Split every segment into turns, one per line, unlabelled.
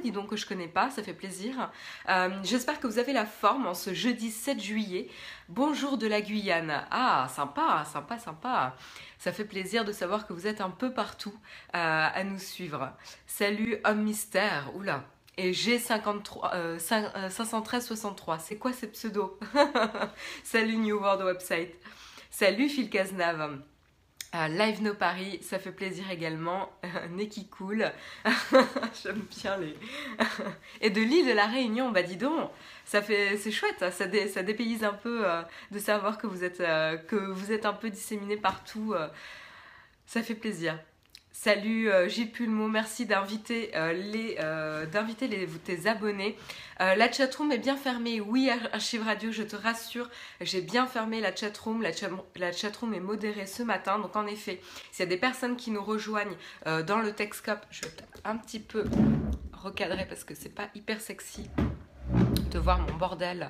dis donc que je connais pas, ça fait plaisir. J'espère que vous avez la forme en ce jeudi 7 juillet. Bonjour de la Guyane. Ah, sympa, sympa, sympa. Ça fait plaisir de savoir que vous êtes un peu partout à nous suivre. Salut Homme Mystère, oula. Et G53, 513-63, c'est quoi ces pseudos? Salut New World Website. Salut Phil Cazenave. Live No Paris, ça fait plaisir également. Neki Cool. J'aime bien les. Et de l'île de la Réunion, bah dis donc, c'est chouette, ça dépayse un peu de savoir que vous êtes un peu disséminés partout. Ça fait plaisir. Salut Gilles Pulmo, merci d'inviter tes abonnés. La chatroom est bien fermée, oui Archive Radio, je te rassure, j'ai bien fermé la chatroom, la chatroom est modérée ce matin, donc en effet, s'il y a des personnes qui nous rejoignent dans le Texcope, je vais peut-être un petit peu recadrer parce que c'est pas hyper sexy de voir mon bordel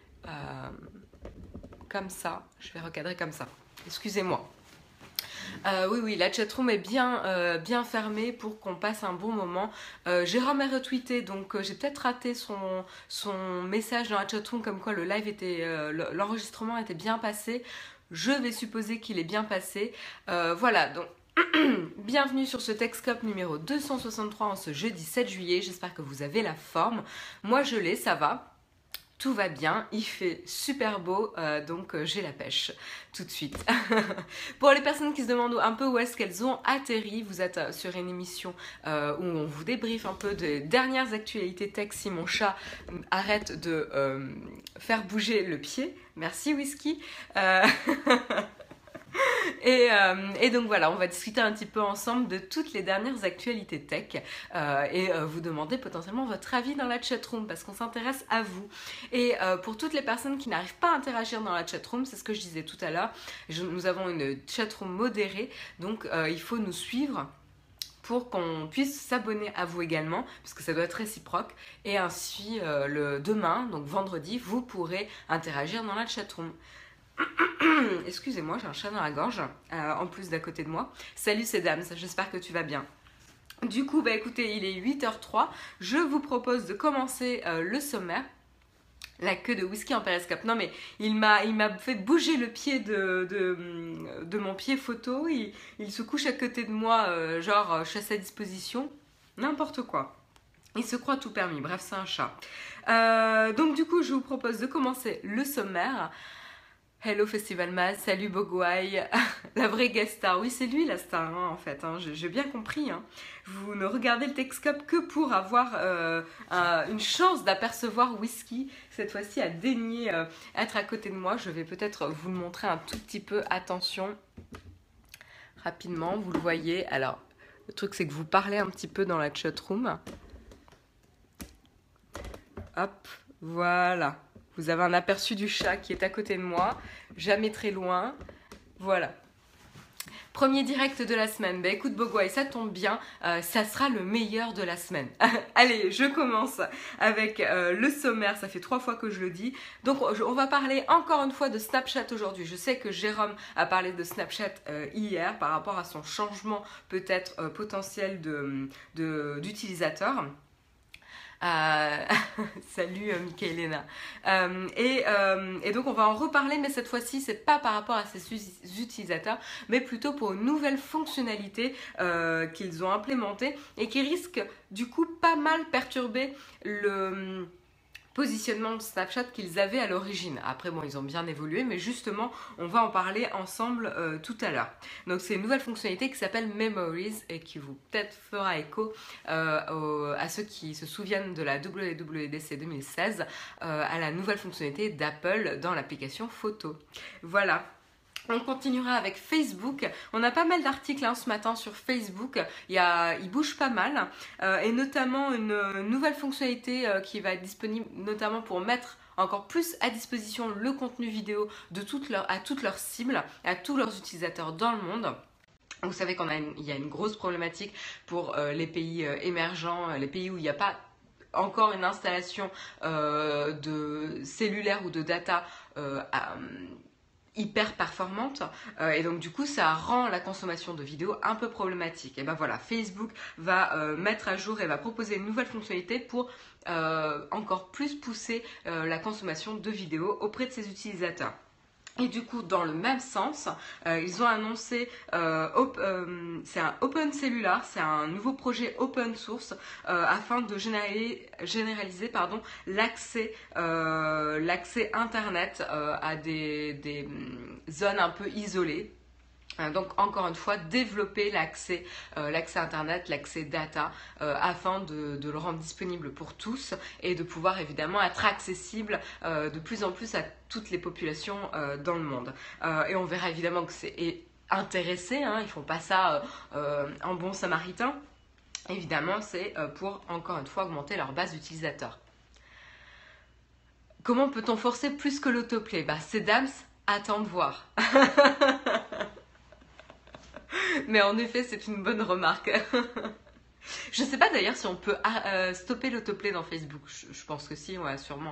comme ça, je vais recadrer comme ça, excusez-moi. Oui, la chatroom est bien fermée pour qu'on passe un bon moment. Jérôme a retweeté, donc j'ai peut-être raté son message dans la chatroom comme quoi le live l'enregistrement était bien passé. Je vais supposer qu'il est bien passé. Voilà, donc bienvenue sur ce Texcope numéro 263 en ce jeudi 7 juillet. J'espère que vous avez la forme. Moi je l'ai, ça va. Tout va bien, il fait super beau, donc j'ai la pêche tout de suite. Pour les personnes qui se demandent un peu où est-ce qu'elles ont atterri, vous êtes sur une émission où on vous débriefe un peu des dernières actualités tech si mon chat arrête de faire bouger le pied. Merci Whisky. Et donc voilà, on va discuter un petit peu ensemble de toutes les dernières actualités tech et vous demander potentiellement votre avis dans la chatroom parce qu'on s'intéresse à vous. Et pour toutes les personnes qui n'arrivent pas à interagir dans la chatroom, c'est ce que je disais tout à l'heure, nous avons une chatroom modérée, donc il faut nous suivre pour qu'on puisse s'abonner à vous également, parce que ça doit être réciproque. Et ainsi, demain, donc vendredi, vous pourrez interagir dans la chatroom. Excusez-moi, j'ai un chat dans la gorge, en plus d'à côté de moi. Salut c'est Dams, j'espère que tu vas bien. Du coup, bah écoutez, il est 8h03. Je vous propose de commencer le sommaire. La queue de whisky en périscope. Non mais il m'a fait bouger le pied de mon pied photo. Il se couche à côté de moi, genre je suis à sa disposition. N'importe quoi. Il se croit tout permis. Bref, c'est un chat. Donc du coup, je vous propose de commencer le sommaire. Hello Festival Maz, salut Bogwai, la vraie guest star. Oui, c'est lui la star en fait, j'ai bien compris. Vous ne regardez le Texcope que pour avoir une chance d'apercevoir Whisky. Cette fois-ci, a daigné être à côté de moi. Je vais peut-être vous le montrer un tout petit peu. Attention, rapidement, vous le voyez. Alors, le truc c'est que vous parlez un petit peu dans la chatroom. Hop, voilà. Vous avez un aperçu du chat qui est à côté de moi, jamais très loin. Voilà. Premier direct de la semaine. Bah écoute Bogwai, ça tombe bien, ça sera le meilleur de la semaine. Allez, je commence avec le sommaire, ça fait 3 fois que je le dis. Donc on va parler encore une fois de Snapchat aujourd'hui. Je sais que Jérôme a parlé de Snapchat hier par rapport à son changement peut-être potentiel d'utilisateur. Salut Michaelena. Et donc on va en reparler, mais cette fois-ci c'est pas par rapport à ces utilisateurs, mais plutôt pour une nouvelle fonctionnalité qu'ils ont implémentée et qui risque du coup pas mal perturber le positionnement de Snapchat qu'ils avaient à l'origine. Après bon, ils ont bien évolué, mais justement on va en parler ensemble tout à l'heure. Donc c'est une nouvelle fonctionnalité qui s'appelle Memories et qui vous peut-être fera écho à ceux qui se souviennent de la WWDC 2016, à la nouvelle fonctionnalité d'Apple dans l'application photo. Voilà. On continuera avec Facebook. On a pas mal d'articles ce matin sur Facebook. Il bouge pas mal. Et notamment une nouvelle fonctionnalité qui va être disponible notamment pour mettre encore plus à disposition le contenu vidéo à toutes leurs cibles, à tous leurs utilisateurs dans le monde. Vous savez qu'il y a une grosse problématique pour les pays émergents, les pays où il n'y a pas encore une installation de cellulaire ou de data hyper performante et donc du coup ça rend la consommation de vidéos un peu problématique. Et ben voilà, Facebook va mettre à jour et va proposer une nouvelle fonctionnalité pour encore plus pousser la consommation de vidéos auprès de ses utilisateurs. Et du coup, dans le même sens, ils ont annoncé, c'est un Open Cellular, c'est un nouveau projet open source afin de généraliser l'accès Internet à des zones un peu isolées. Donc encore une fois, développer l'accès Internet, l'accès data, afin de le rendre disponible pour tous et de pouvoir évidemment être accessible de plus en plus à toutes les populations dans le monde. Et on verra évidemment que c'est intéressé, ils ne font pas ça en bon samaritain. Évidemment, c'est pour encore une fois augmenter leur base d'utilisateurs. Comment peut-on forcer plus que l'autoplay? C'est Dams, attends de voir. Mais en effet, c'est une bonne remarque. Je ne sais pas d'ailleurs si on peut stopper l'autoplay dans Facebook. Je pense que si, ouais, sûrement.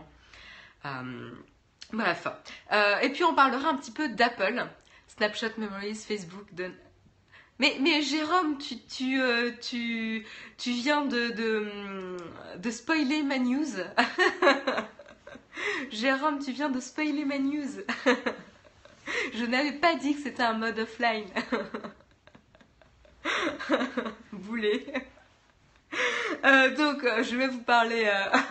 Bref. Et puis on parlera un petit peu d'Apple. Snapchat Memories, Facebook donne... Mais Jérôme, tu viens de spoiler ma news. Jérôme, tu viens de spoiler ma news. Je n'avais pas dit que c'était un mode offline. Boulet. Donc, je vais vous parler...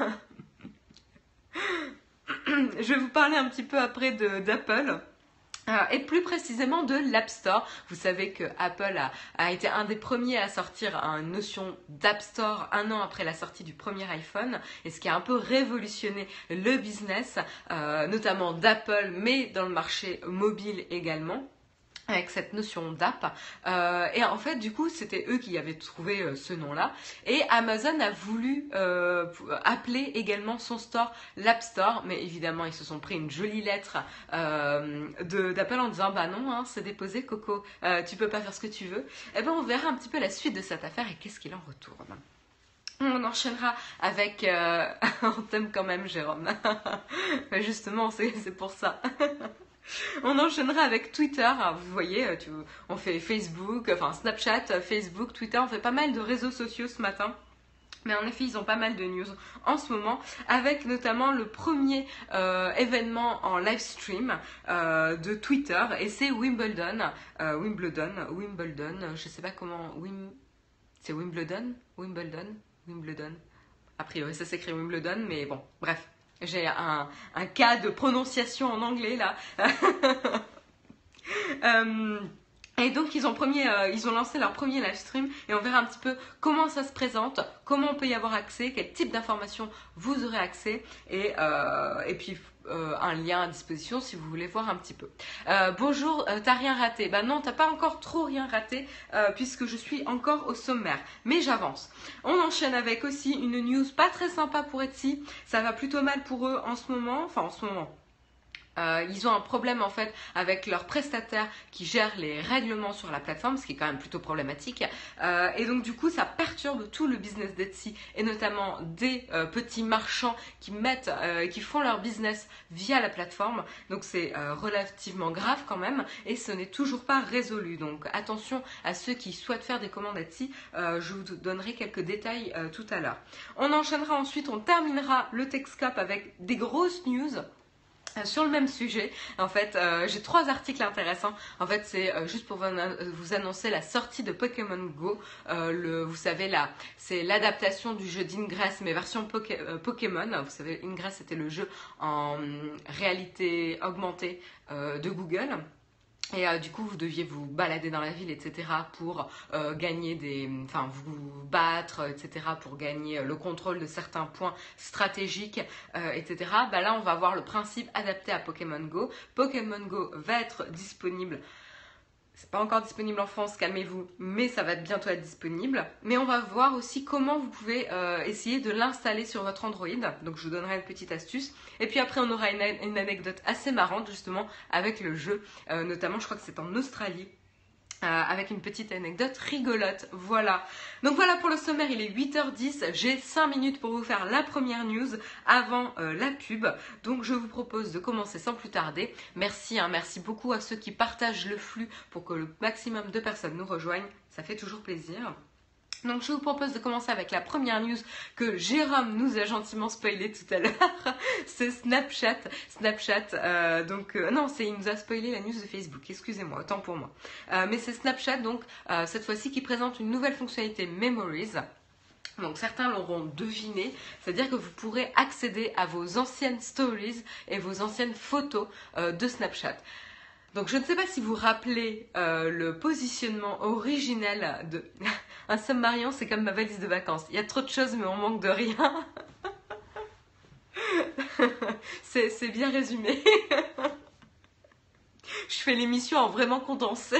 je vais vous parler un petit peu après d'Apple. Et plus précisément de l'App Store. Vous savez que Apple a été un des premiers à sortir une notion d'App Store 1 an après la sortie du premier iPhone, et ce qui a un peu révolutionné le business, notamment d'Apple, mais dans le marché mobile également, avec cette notion d'app. Et en fait, du coup, c'était eux qui avaient trouvé ce nom-là. Et Amazon a voulu appeler également son store l'App Store. Mais évidemment, ils se sont pris une jolie lettre d'Apple en disant « Bah non, c'est déposé, Coco, tu peux pas faire ce que tu veux. » Et ben, on verra un petit peu la suite de cette affaire et qu'est-ce qu'il en retourne. On enchaînera avec... on t'aime quand même, Jérôme. Justement, c'est pour ça. On enchaînera avec Twitter. Alors, vous voyez, on fait Facebook, enfin Snapchat, Facebook, Twitter, on fait pas mal de réseaux sociaux ce matin. Mais en effet, ils ont pas mal de news en ce moment, avec notamment le premier événement en live stream de Twitter, et c'est Wimbledon, je sais pas comment, c'est Wimbledon. A priori, ça s'écrit Wimbledon, mais bon, bref. J'ai un cas de prononciation en anglais là. Et donc ils ont lancé leur premier live stream et on verra un petit peu comment ça se présente, comment on peut y avoir accès, quel type d'informations vous aurez accès et puis un lien à disposition si vous voulez voir un petit peu. Bonjour, t'as rien raté? Bah non, t'as pas encore trop rien raté puisque je suis encore au sommaire, mais j'avance. On enchaîne avec aussi une news pas très sympa pour Etsy, ça va plutôt mal pour eux en ce moment. Ils ont un problème en fait avec leurs prestataires qui gèrent les règlements sur la plateforme, ce qui est quand même plutôt problématique. Et donc du coup, ça perturbe tout le business d'Etsy et notamment des petits marchands qui font leur business via la plateforme. Donc c'est relativement grave quand même et ce n'est toujours pas résolu. Donc attention à ceux qui souhaitent faire des commandes Etsy. Je vous donnerai quelques détails tout à l'heure. On enchaînera ensuite, on terminera le Techscope avec des grosses news. Sur le même sujet, en fait, j'ai 3 articles intéressants. En fait, c'est juste pour vous annoncer la sortie de Pokémon Go. Vous savez, c'est l'adaptation du jeu d'Ingress, mais version Pokémon. Vous savez, Ingress, c'était le jeu en réalité augmentée de Google. Et du coup, vous deviez vous balader dans la ville, etc. pour vous battre, etc. pour gagner le contrôle de certains points stratégiques, etc. Bah là, on va voir le principe adapté à Pokémon Go. Pokémon Go va être disponible. C'est pas encore disponible en France, calmez-vous, mais ça va bientôt être disponible. Mais on va voir aussi comment vous pouvez essayer de l'installer sur votre Android. Donc je vous donnerai une petite astuce. Et puis après, on aura une anecdote assez marrante justement avec le jeu. Notamment, je crois que c'est en Australie. avec une petite anecdote rigolote. Voilà. Donc voilà pour le sommaire, il est 8h10. J'ai 5 minutes pour vous faire la première news avant la pub. Donc je vous propose de commencer sans plus tarder. Merci, merci beaucoup à ceux qui partagent le flux pour que le maximum de personnes nous rejoignent. Ça fait toujours plaisir. Donc je vous propose de commencer avec la première news que Jérôme nous a gentiment spoilé tout à l'heure. C'est Snapchat. Non, il nous a spoilé la news de Facebook, excusez-moi, autant pour moi. Mais c'est Snapchat, donc cette fois-ci qui présente une nouvelle fonctionnalité Memories. Donc certains l'auront deviné, c'est-à-dire que vous pourrez accéder à vos anciennes stories et vos anciennes photos de Snapchat. Donc je ne sais pas si vous vous rappelez le positionnement originel de... Un submarien, c'est comme ma valise de vacances. Il y a trop de choses, mais on manque de rien. C'est bien résumé. Je fais l'émission en vraiment condensé.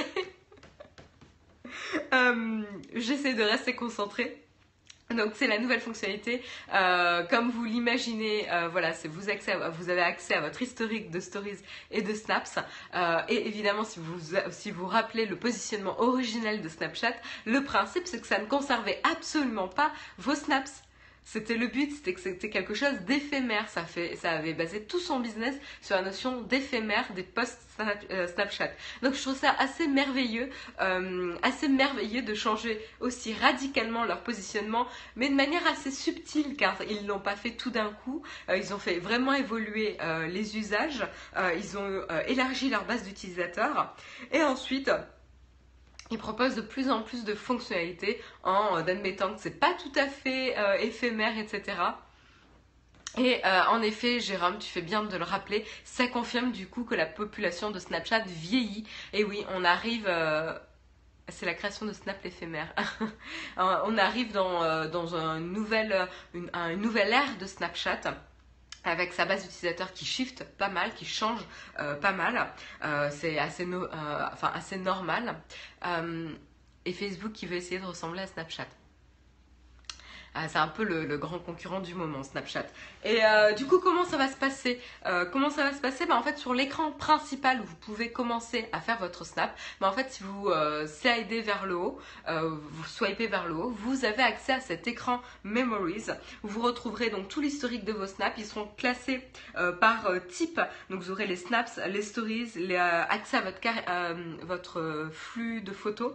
J'essaie de rester concentrée. Donc c'est la nouvelle fonctionnalité, comme vous l'imaginez, voilà, vous avez accès à votre historique de stories et de snaps, et évidemment si vous rappelez le positionnement originel de Snapchat, le principe c'est que ça ne conservait absolument pas vos snaps. C'était le but, c'était que c'était quelque chose d'éphémère. Ça avait basé tout son business sur la notion d'éphémère des posts Snapchat. Donc je trouve ça assez merveilleux de changer aussi radicalement leur positionnement, mais de manière assez subtile, car ils l'ont pas fait tout d'un coup. Ils ont fait vraiment évoluer les usages. Ils ont élargi leur base d'utilisateurs, et ensuite ils proposent de plus en plus de fonctionnalités en admettant que c'est pas tout à fait éphémère, etc. Et en effet, Jérôme, tu fais bien de le rappeler, ça confirme du coup que la population de Snapchat vieillit. Et oui, on arrive... c'est la création de Snap l'éphémère. On arrive dans une nouvelle ère de Snapchat, avec sa base d'utilisateurs qui shift pas mal, qui change pas mal. C'est assez normal. Et Facebook qui veut essayer de ressembler à Snapchat. C'est un peu le grand concurrent du moment, Snapchat. Et du coup, comment ça va se passer En fait, sur l'écran principal où vous pouvez commencer à faire votre snap, en fait, si vous slidez vers le haut, vous swipez vers le haut, vous avez accès à cet écran Memories, où vous retrouverez donc tout l'historique de vos snaps. Ils seront classés par type. Donc, vous aurez les snaps, les stories, accès à votre flux de photos.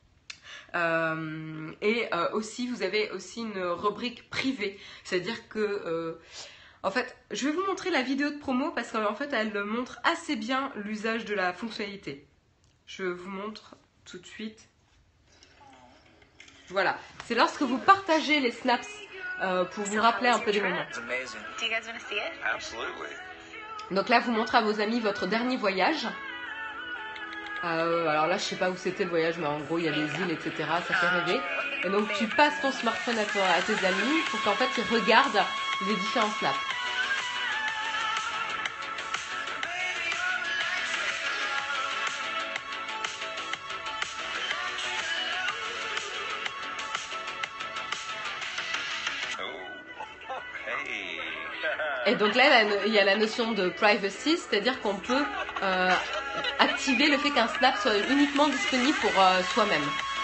Et aussi vous avez aussi une rubrique privée, c'est-à-dire que en fait je vais vous montrer la vidéo de promo parce qu'en fait elle montre assez bien l'usage de la fonctionnalité. Je vous montre tout de suite. Voilà, c'est lorsque vous partagez les snaps pour vous rappeler un peu des moments. Donc là vous montrez à vos amis votre dernier voyage. Alors là je sais pas où c'était le voyage, mais en gros il y a des îles, etc. Ça fait rêver. Et donc tu passes ton smartphone à tes amis pour qu'en fait ils regardent les différents snaps. Et donc là, il y a la notion de privacy, c'est-à-dire qu'on peut activer le fait qu'un snap soit uniquement disponible pour soi-même.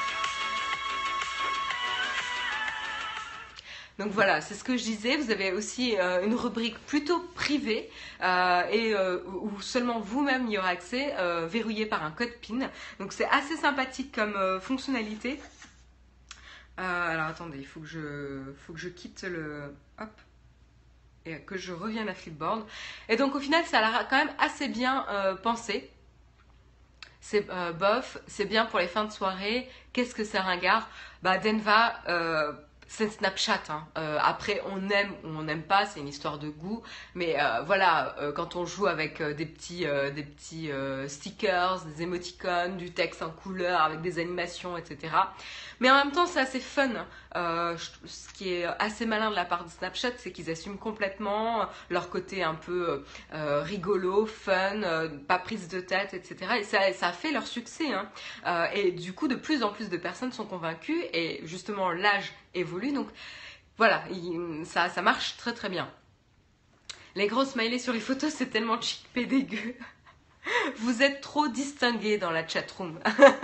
Donc voilà, c'est ce que je disais. Vous avez aussi une rubrique plutôt privée où seulement vous-même y aura accès, verrouillé par un code PIN. Donc c'est assez sympathique comme fonctionnalité. Alors attendez, il faut que je quitte le... Hop. Et que je revienne à Flipboard. Et donc au final ça a quand même assez bien pensé. C'est bof, c'est bien pour les fins de soirée. Qu'est-ce que c'est ringard? Denva, c'est Snapchat. Après on aime ou on n'aime pas, c'est une histoire de goût. Mais voilà, quand on joue avec des petits stickers, des émoticônes, du texte en couleur avec des animations, etc. Mais en même temps c'est assez fun. Ce qui est assez malin de la part de Snapchat, c'est qu'ils assument complètement leur côté un peu rigolo, fun, pas prise de tête, etc. Et ça a fait leur succès. Et du coup, de plus en plus de personnes sont convaincues et justement l'âge évolue. Donc voilà, ça marche très très bien. Les gros smileys sur les photos, c'est tellement cheap et dégueu. Vous êtes trop distingués dans la chatroom.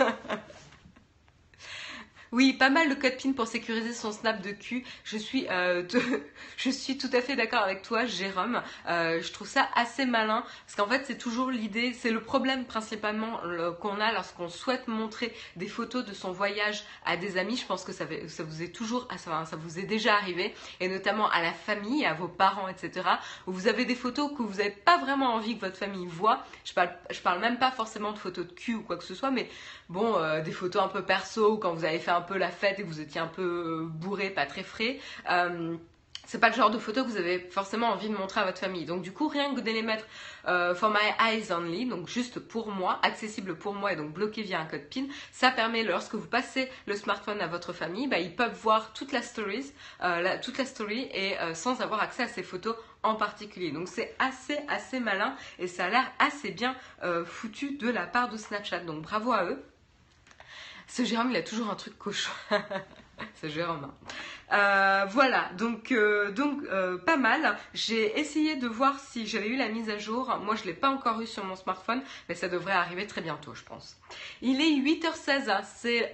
Oui, pas mal le code PIN pour sécuriser son snap de cul. Je suis tout à fait d'accord avec toi, Jérôme. Je trouve ça assez malin parce qu'en fait, c'est toujours l'idée, c'est le problème principalement qu'on a lorsqu'on souhaite montrer des photos de son voyage à des amis. Je pense que ça vous est toujours, ça vous est déjà arrivé, et notamment à la famille, à vos parents, etc. Où vous avez des photos que vous n'avez pas vraiment envie que votre famille voit. Je parle même pas forcément de photos de cul ou quoi que ce soit, mais bon, des photos un peu perso, quand vous avez fait un peu la fête et que vous étiez un peu bourré, pas très frais. C'est pas le genre de photo que vous avez forcément envie de montrer à votre famille. Donc du coup, rien que de les mettre for my eyes only, donc juste pour moi, accessible pour moi et donc bloqué via un code PIN, ça permet, lorsque vous passez le smartphone à votre famille, ils peuvent voir toute la story et sans avoir accès à ces photos en particulier. Donc c'est assez malin et ça a l'air assez bien foutu de la part de Snapchat. Donc bravo à eux. Ce Jérôme, il a toujours un truc cochon. C'est Jérôme. Voilà, donc pas mal. J'ai essayé de voir si j'avais eu la mise à jour. Moi, je ne l'ai pas encore eu sur mon smartphone, mais ça devrait arriver très bientôt, je pense. Il est 8h16, hein, c'est...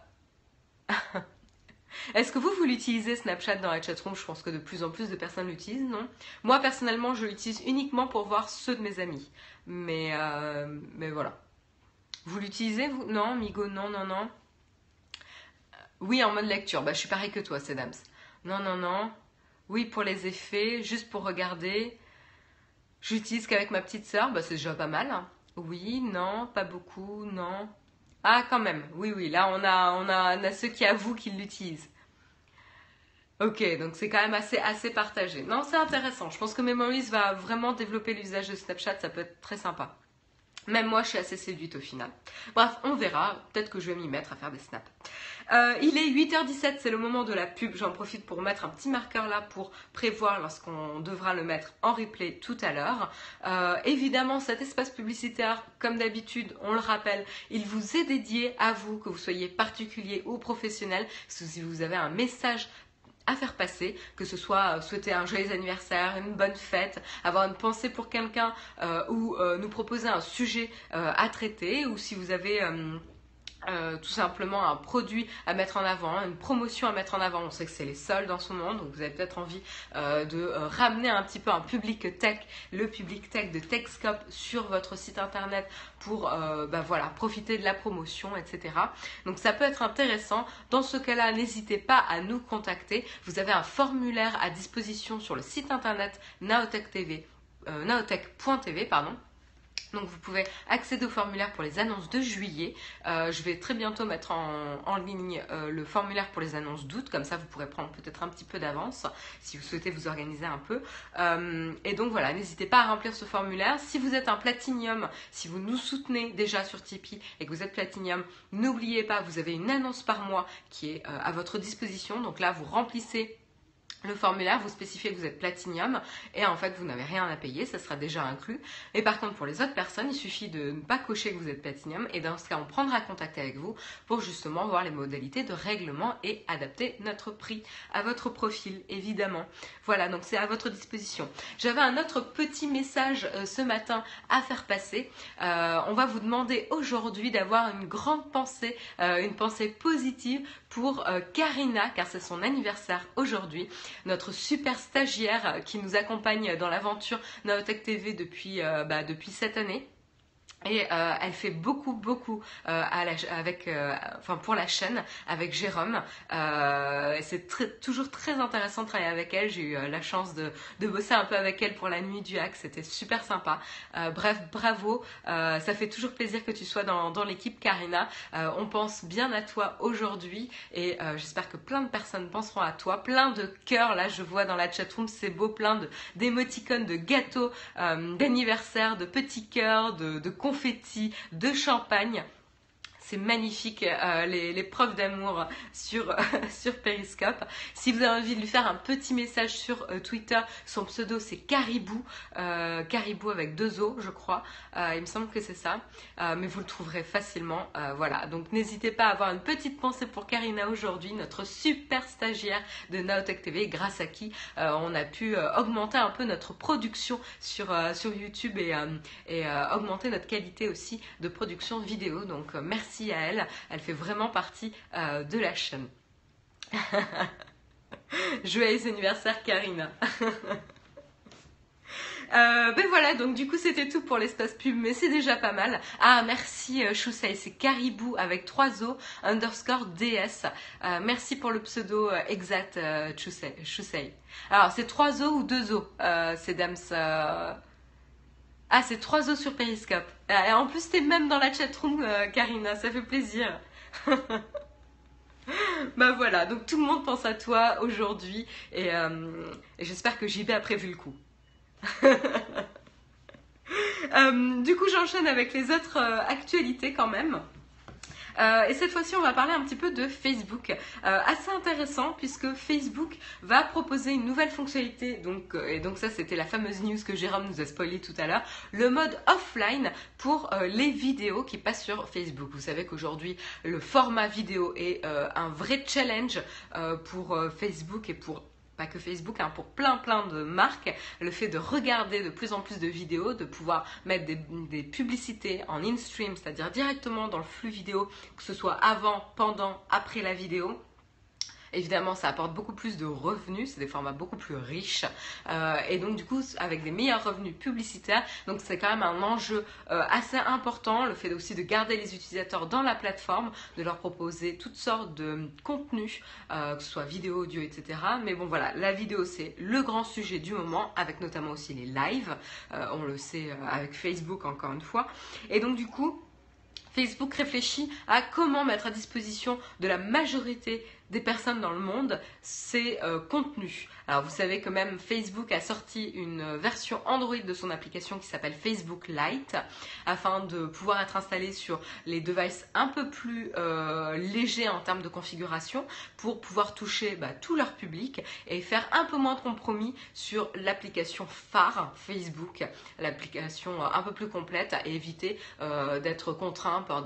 Est-ce que vous l'utilisez Snapchat dans la chatroom? Je pense que de plus en plus de personnes l'utilisent, non? Moi, personnellement, je l'utilise uniquement pour voir ceux de mes amis. Mais voilà. Vous l'utilisez, vous? Non, Migo, non. Oui, en mode lecture. Je suis pareil que toi, Sedams. Non. Oui, pour les effets, juste pour regarder. J'utilise qu'avec ma petite sœur, c'est déjà pas mal. Oui, non, pas beaucoup, non. Ah, quand même. Oui, là, on a ceux qui avouent qu'ils l'utilisent. Ok, donc c'est quand même assez partagé. Non, c'est intéressant. Je pense que Memories va vraiment développer l'usage de Snapchat. Ça peut être très sympa. Même moi, je suis assez séduite au final. Bref, on verra. Peut-être que je vais m'y mettre à faire des snaps. Il est 8h17, c'est le moment de la pub. J'en profite pour mettre un petit marqueur là pour prévoir lorsqu'on devra le mettre en replay tout à l'heure. Évidemment, cet espace publicitaire, comme d'habitude, on le rappelle, il vous est dédié à vous, que vous soyez particulier ou professionnel. Si vous avez un message à faire passer, que ce soit souhaiter un joyeux anniversaire, une bonne fête, avoir une pensée pour quelqu'un ou nous proposer un sujet à traiter, ou si vous avez tout simplement un produit à mettre en avant, une promotion à mettre en avant. On sait que c'est les soldes en ce moment, donc vous avez peut-être envie de ramener un petit peu un public tech, le public tech de Techscope sur votre site internet pour voilà, profiter de la promotion, etc. Donc ça peut être intéressant. Dans ce cas-là, n'hésitez pas à nous contacter. Vous avez un formulaire à disposition sur le site internet naotech.tv. Donc vous pouvez accéder au formulaire pour les annonces de juillet. Je vais très bientôt mettre en ligne le formulaire pour les annonces d'août. Comme ça, vous pourrez prendre peut-être un petit peu d'avance si vous souhaitez vous organiser un peu. Et donc voilà, n'hésitez pas à remplir ce formulaire. Si vous êtes un Platinium, si vous nous soutenez déjà sur Tipeee et que vous êtes Platinium, n'oubliez pas, vous avez une annonce par mois qui est à votre disposition. Donc là, vous remplissez le formulaire, vous spécifiez que vous êtes Platinium et en fait vous n'avez rien à payer, ça sera déjà inclus. Et par contre pour les autres personnes, il suffit de ne pas cocher que vous êtes Platinium et dans ce cas on prendra contact avec vous pour justement voir les modalités de règlement et adapter notre prix à votre profil évidemment. Voilà, donc c'est à votre disposition. J'avais un autre petit message ce matin à faire passer. On va vous demander aujourd'hui d'avoir une grande pensée, une pensée positive pour Karina car c'est son anniversaire aujourd'hui. Notre super stagiaire qui nous accompagne dans l'aventure Naotech TV depuis cette année. Et elle fait beaucoup pour la chaîne avec Jérôme. C'est toujours très intéressant de travailler avec elle. J'ai eu la chance de bosser un peu avec elle pour la nuit du hack. C'était super sympa. Bref, bravo. Ça fait toujours plaisir que tu sois dans l'équipe, Karina. On pense bien à toi aujourd'hui et j'espère que plein de personnes penseront à toi. Plein de cœurs, là je vois dans la chatroom, c'est beau, plein d'émoticônes, de gâteaux d'anniversaire, de petits cœurs, de confettis, de champagne. c'est magnifique, les preuves d'amour sur, sur Periscope. Si vous avez envie de lui faire un petit message sur Twitter, son pseudo c'est Caribou, Caribou avec 2 O je crois, il me semble que c'est ça, mais vous le trouverez facilement. Voilà, donc n'hésitez pas à avoir une petite pensée pour Karina aujourd'hui, notre super stagiaire de Naotech TV, grâce à qui on a pu augmenter un peu notre production sur YouTube et augmenter notre qualité aussi de production vidéo. Donc merci à elle, elle fait vraiment partie de la chaîne. Joyeux anniversaire Karina. Ben voilà, donc du coup c'était tout pour l'espace pub, mais c'est déjà pas mal. Ah merci Shusei, c'est Caribou avec 3 O _ DS. Merci pour le pseudo exact Shusei. Alors c'est 3 O ou 2 O, c'est Dams. Ah c'est 3 O sur Periscope. En plus t'es même dans la chatroom Karina, ça fait plaisir. Bah voilà, donc tout le monde pense à toi aujourd'hui et j'espère que JB a prévu le coup. Du coup j'enchaîne avec les autres actualités quand même. Et cette fois-ci, on va parler un petit peu de Facebook. Assez intéressant puisque Facebook va proposer une nouvelle fonctionnalité. Et donc ça, c'était la fameuse news que Jérôme nous a spoilé tout à l'heure. Le mode offline pour les vidéos qui passent sur Facebook. Vous savez qu'aujourd'hui, le format vidéo est un vrai challenge pour Facebook et pour pas que Facebook, pour plein de marques, le fait de regarder de plus en plus de vidéos, de pouvoir mettre des publicités en in-stream, c'est-à-dire directement dans le flux vidéo, que ce soit avant, pendant, après la vidéo. Évidemment, ça apporte beaucoup plus de revenus, c'est des formats beaucoup plus riches et donc du coup avec des meilleurs revenus publicitaires. Donc c'est quand même un enjeu assez important, le fait aussi de garder les utilisateurs dans la plateforme, de leur proposer toutes sortes de contenus, que ce soit vidéo, audio, etc. Mais bon voilà, la vidéo c'est le grand sujet du moment, avec notamment aussi les lives, on le sait avec Facebook encore une fois. Et donc du coup, Facebook réfléchit à comment mettre à disposition de la majorité des personnes dans le monde ces contenus. Alors vous savez que même Facebook a sorti une version Android de son application qui s'appelle Facebook Lite afin de pouvoir être installé sur les devices un peu plus légers en termes de configuration pour pouvoir toucher tout leur public et faire un peu moins de compromis sur l'application phare Facebook, l'application un peu plus complète et éviter d'être contraint par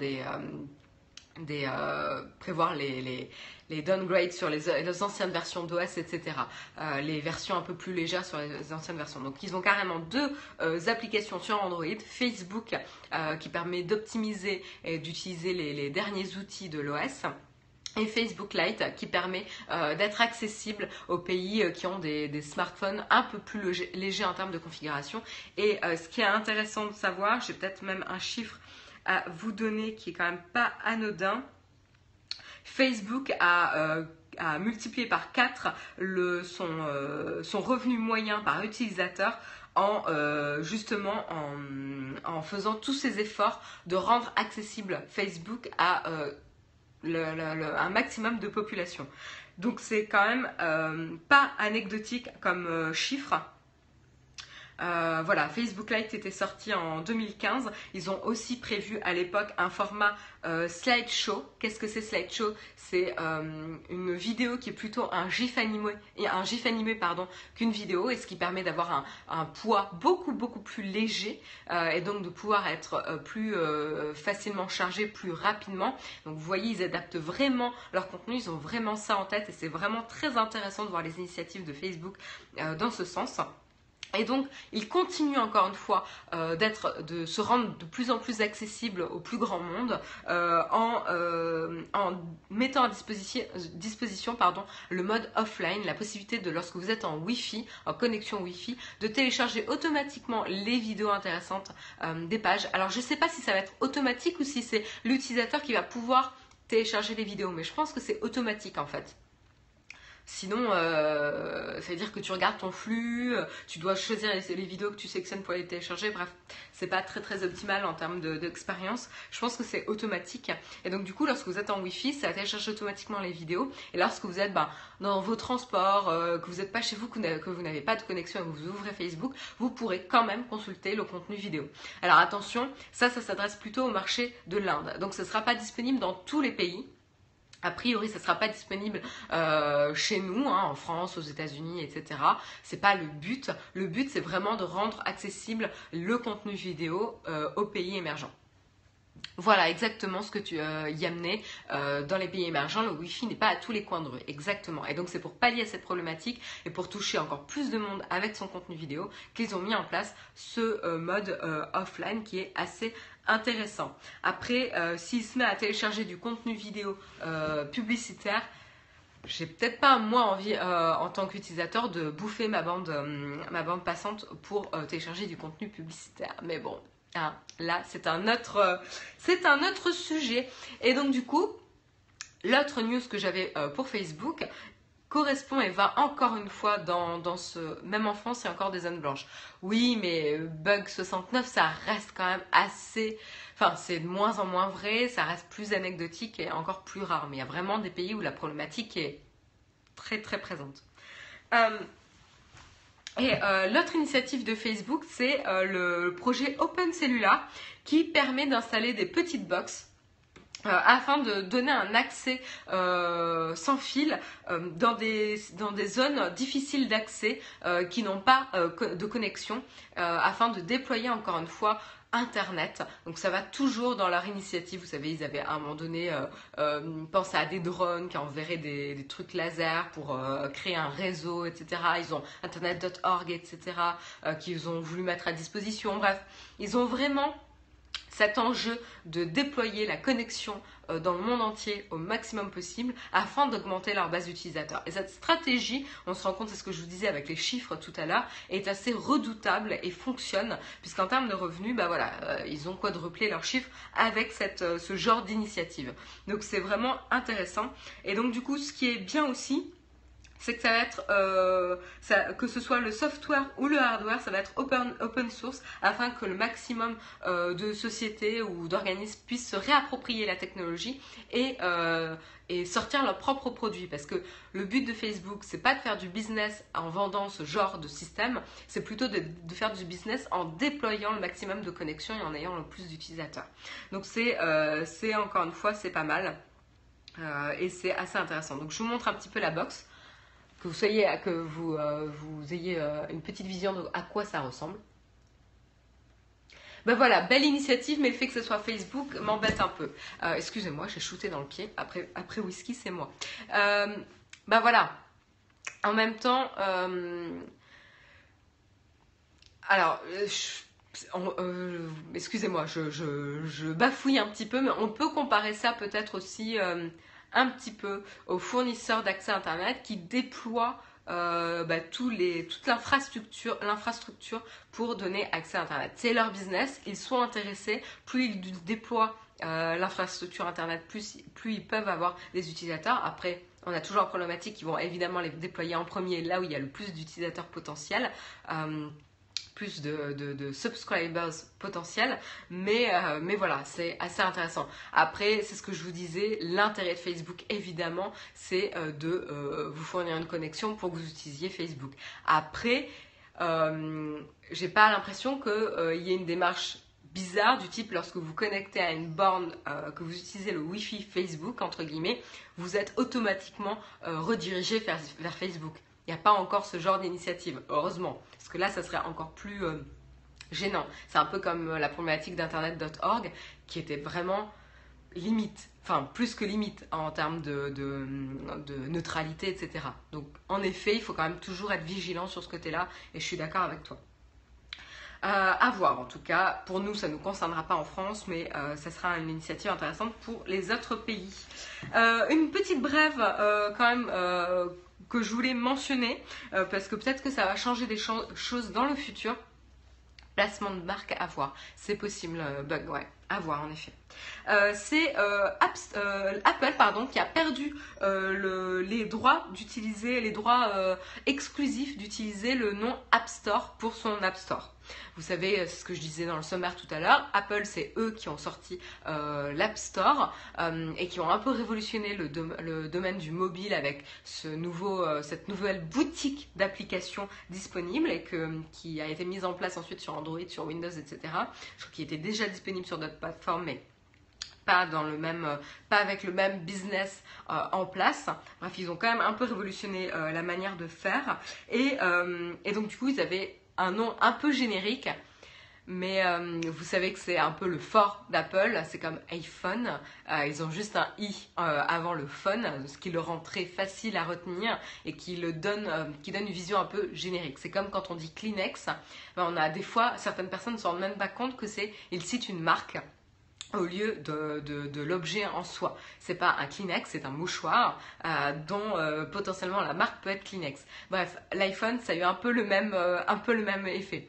prévoir les downgrades sur les anciennes versions d'OS, etc. Les versions un peu plus légères sur les anciennes versions. Donc ils ont carrément 2 applications sur Android. Facebook qui permet d'optimiser et d'utiliser les derniers outils de l'OS. Et Facebook Lite qui permet d'être accessible aux pays qui ont des smartphones un peu plus légers en termes de configuration. Et ce qui est intéressant de savoir, j'ai peut-être même un chiffre à vous donner qui est quand même pas anodin. Facebook a multiplié par 4 son revenu moyen par utilisateur justement en faisant tous ces efforts de rendre accessible Facebook à un maximum de population. Donc c'est quand même pas anecdotique comme chiffre. Voilà, Facebook Lite était sorti en 2015. Ils ont aussi prévu à l'époque un format slideshow. Qu'est-ce que c'est slideshow? C'est une vidéo qui est plutôt un GIF animé, qu'une vidéo, et ce qui permet d'avoir un poids beaucoup plus léger et donc de pouvoir être plus facilement chargé plus rapidement. Donc vous voyez, ils adaptent vraiment leur contenu, ils ont vraiment ça en tête et c'est vraiment très intéressant de voir les initiatives de Facebook dans ce sens. Et donc, il continue encore une fois de se rendre de plus en plus accessible au plus grand monde en mettant à disposition le mode offline, la possibilité de, lorsque vous êtes en Wi-Fi, en connexion Wi-Fi, de télécharger automatiquement les vidéos intéressantes des pages. Alors, je ne sais pas si ça va être automatique ou si c'est l'utilisateur qui va pouvoir télécharger les vidéos, mais je pense que c'est automatique en fait. Sinon, ça veut dire que tu regardes ton flux, tu dois choisir les vidéos que tu sélectionnes pour les télécharger. Bref, c'est pas très optimal en termes d'expérience. Je pense que c'est automatique. Et donc du coup, lorsque vous êtes en Wi-Fi, ça télécharge automatiquement les vidéos. Et lorsque vous êtes dans vos transports, que vous n'êtes pas chez vous, que vous n'avez pas de connexion et que vous ouvrez Facebook, vous pourrez quand même consulter le contenu vidéo. Alors attention, ça s'adresse plutôt au marché de l'Inde. Donc ce ne sera pas disponible dans tous les pays. A priori, ça ne sera pas disponible chez nous, en France, aux États-Unis, etc. C'est pas le but. Le but, c'est vraiment de rendre accessible le contenu vidéo aux pays émergents. Voilà exactement ce que tu y amenais dans les pays émergents. Le Wi-Fi n'est pas à tous les coins de rue, exactement. Et donc c'est pour pallier à cette problématique et pour toucher encore plus de monde avec son contenu vidéo qu'ils ont mis en place ce mode offline qui est assez intéressant. Après, s'il se met à télécharger du contenu vidéo publicitaire, j'ai peut-être pas moi envie en tant qu'utilisateur de bouffer ma bande passante pour télécharger du contenu publicitaire. Mais bon. Là, c'est un autre sujet. Et donc, du coup, l'autre news que j'avais pour Facebook correspond et va encore une fois dans ce... Même en France, il y a encore des zones blanches. Oui, mais Bug 69, ça reste quand même assez... Enfin, c'est de moins en moins vrai, ça reste plus anecdotique et encore plus rare. Mais il y a vraiment des pays où la problématique est très présente. Et l'autre initiative de Facebook, c'est le projet Open Cellular qui permet d'installer des petites box afin de donner un accès sans fil dans des zones difficiles d'accès qui n'ont pas de connexion afin de déployer encore une fois Internet. Donc ça va toujours dans leur initiative. Vous savez, ils avaient à un moment donné pensé à des drones qui enverraient des trucs laser pour créer un réseau, etc. Ils ont internet.org, etc. Qu'ils ont voulu mettre à disposition. Bref, ils ont vraiment cet enjeu de déployer la connexion dans le monde entier au maximum possible afin d'augmenter leur base d'utilisateurs. Et cette stratégie, on se rend compte, c'est ce que je vous disais avec les chiffres tout à l'heure, est assez redoutable et fonctionne puisqu'en termes de revenus, ils ont quadruplé leurs chiffres avec ce genre d'initiative. Donc c'est vraiment intéressant. Et donc du coup, ce qui est bien aussi, c'est que ça va être, que ce soit le software ou le hardware, ça va être open source afin que le maximum de sociétés ou d'organismes puissent se réapproprier la technologie et sortir leurs propres produits. Parce que le but de Facebook, c'est pas de faire du business en vendant ce genre de système, c'est plutôt de faire du business en déployant le maximum de connexions et en ayant le plus d'utilisateurs. Donc c'est encore une fois, c'est pas mal et c'est assez intéressant. Donc je vous montre un petit peu la box. Que vous ayez une petite vision de à quoi ça ressemble. Ben voilà, belle initiative, mais le fait que ce soit Facebook m'embête un peu. Excusez-moi, j'ai shooté dans le pied. Après whisky, c'est moi. Ben voilà. En même temps, excusez-moi, je bafouille un petit peu, mais on peut comparer ça peut-être aussi un petit peu aux fournisseurs d'accès Internet qui déploient toute l'infrastructure pour donner accès à Internet. C'est leur business, ils sont intéressés, plus ils déploient l'infrastructure Internet, plus ils peuvent avoir des utilisateurs. Après, on a toujours la problématique qu'ils vont évidemment les déployer en premier là où il y a le plus d'utilisateurs potentiels. Plus de subscribers potentiels, mais voilà, c'est assez intéressant. Après, c'est ce que je vous disais, l'intérêt de Facebook, évidemment, c'est de vous fournir une connexion pour que vous utilisiez Facebook. Après, j'ai pas l'impression qu'il y ait une démarche bizarre du type lorsque vous connectez à une borne, que vous utilisez le Wi-Fi Facebook, entre guillemets, vous êtes automatiquement redirigé vers Facebook. Il n'y a pas encore ce genre d'initiative, heureusement, parce que là, ça serait encore plus gênant. C'est un peu comme la problématique d'internet.org qui était vraiment limite, enfin plus que limite en termes de neutralité, etc. Donc en effet, il faut quand même toujours être vigilant sur ce côté-là et je suis d'accord avec toi. À voir en tout cas, pour nous ça ne nous concernera pas en France, mais ça sera une initiative intéressante pour les autres pays. Une petite brève quand même que je voulais mentionner, parce que peut-être que ça va changer des choses dans le futur. Placement de marque à voir, c'est possible, Bug, ouais. À voir en effet. C'est Apple pardon, qui a perdu les droits d'utiliser, les droits exclusifs d'utiliser le nom App Store pour son App Store. Vous savez, c'est ce que je disais dans le sommaire tout à l'heure, Apple, c'est eux qui ont sorti l'App Store et qui ont un peu révolutionné le domaine du mobile avec cette nouvelle boutique d'applications disponibles et qui a été mise en place ensuite sur Android, sur Windows, etc. Je crois qu'il était déjà disponible sur d'autres plateformes, mais pas avec le même business en place. Bref, ils ont quand même un peu révolutionné la manière de faire. Et donc, du coup, ils avaient un nom un peu générique. Mais vous savez que c'est un peu le fort d'Apple. C'est comme iPhone. Ils ont juste un i avant le phone, ce qui le rend très facile à retenir et qui donne une vision un peu générique. C'est comme quand on dit Kleenex. On a des fois, certaines personnes ne se rendent même pas compte ils citent une marque au lieu de l'objet en soi. C'est pas un Kleenex, c'est un mouchoir dont potentiellement la marque peut être Kleenex. Bref, l'iPhone, ça a eu un peu le même effet.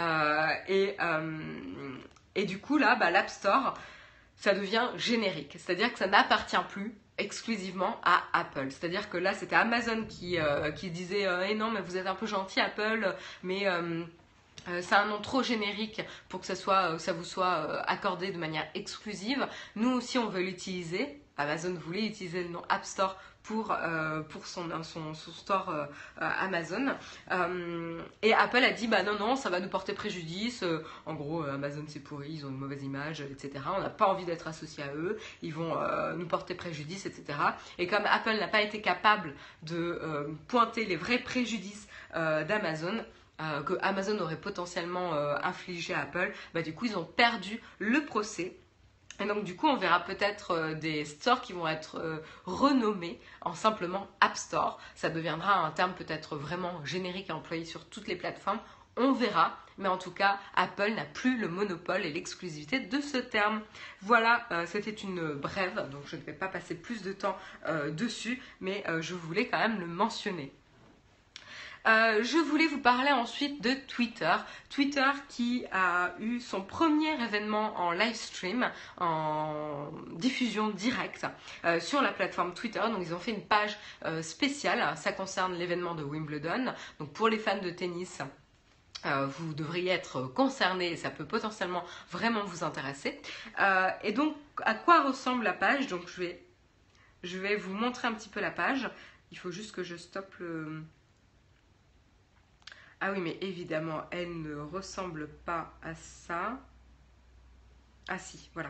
Et du coup, là, l'App Store, ça devient générique. C'est-à-dire que ça n'appartient plus exclusivement à Apple. C'est-à-dire que là, c'était Amazon qui disait eh non, mais vous êtes un peu gentil, Apple, mais... c'est un nom trop générique pour que ça vous soit accordé de manière exclusive. Nous aussi, on veut l'utiliser. Amazon voulait utiliser le nom App Store pour son store Amazon. Et Apple a dit non, ça va nous porter préjudice. En gros, Amazon c'est pourri, ils ont une mauvaise image, etc. On n'a pas envie d'être associé à eux. Ils vont nous porter préjudice, etc. Et comme Apple n'a pas été capable de pointer les vrais préjudices d'Amazon, que Amazon aurait potentiellement infligé à Apple, du coup ils ont perdu le procès. Et donc du coup on verra peut-être des stores qui vont être renommés en simplement App Store. Ça deviendra un terme peut-être vraiment générique à employer sur toutes les plateformes. On verra, mais en tout cas Apple n'a plus le monopole et l'exclusivité de ce terme. Voilà, c'était une brève, donc je ne vais pas passer plus de temps dessus, mais je voulais quand même le mentionner. Je voulais vous parler ensuite de Twitter. Twitter qui a eu son premier événement en live stream, en diffusion directe sur la plateforme Twitter. Donc ils ont fait une page spéciale, ça concerne l'événement de Wimbledon. Donc pour les fans de tennis, vous devriez être concernés et ça peut potentiellement vraiment vous intéresser. Et donc à quoi ressemble la page? Donc je vais vous montrer un petit peu la page. Il faut juste que je stoppe le... Ah oui, mais évidemment, elle ne ressemble pas à ça. Ah si, voilà.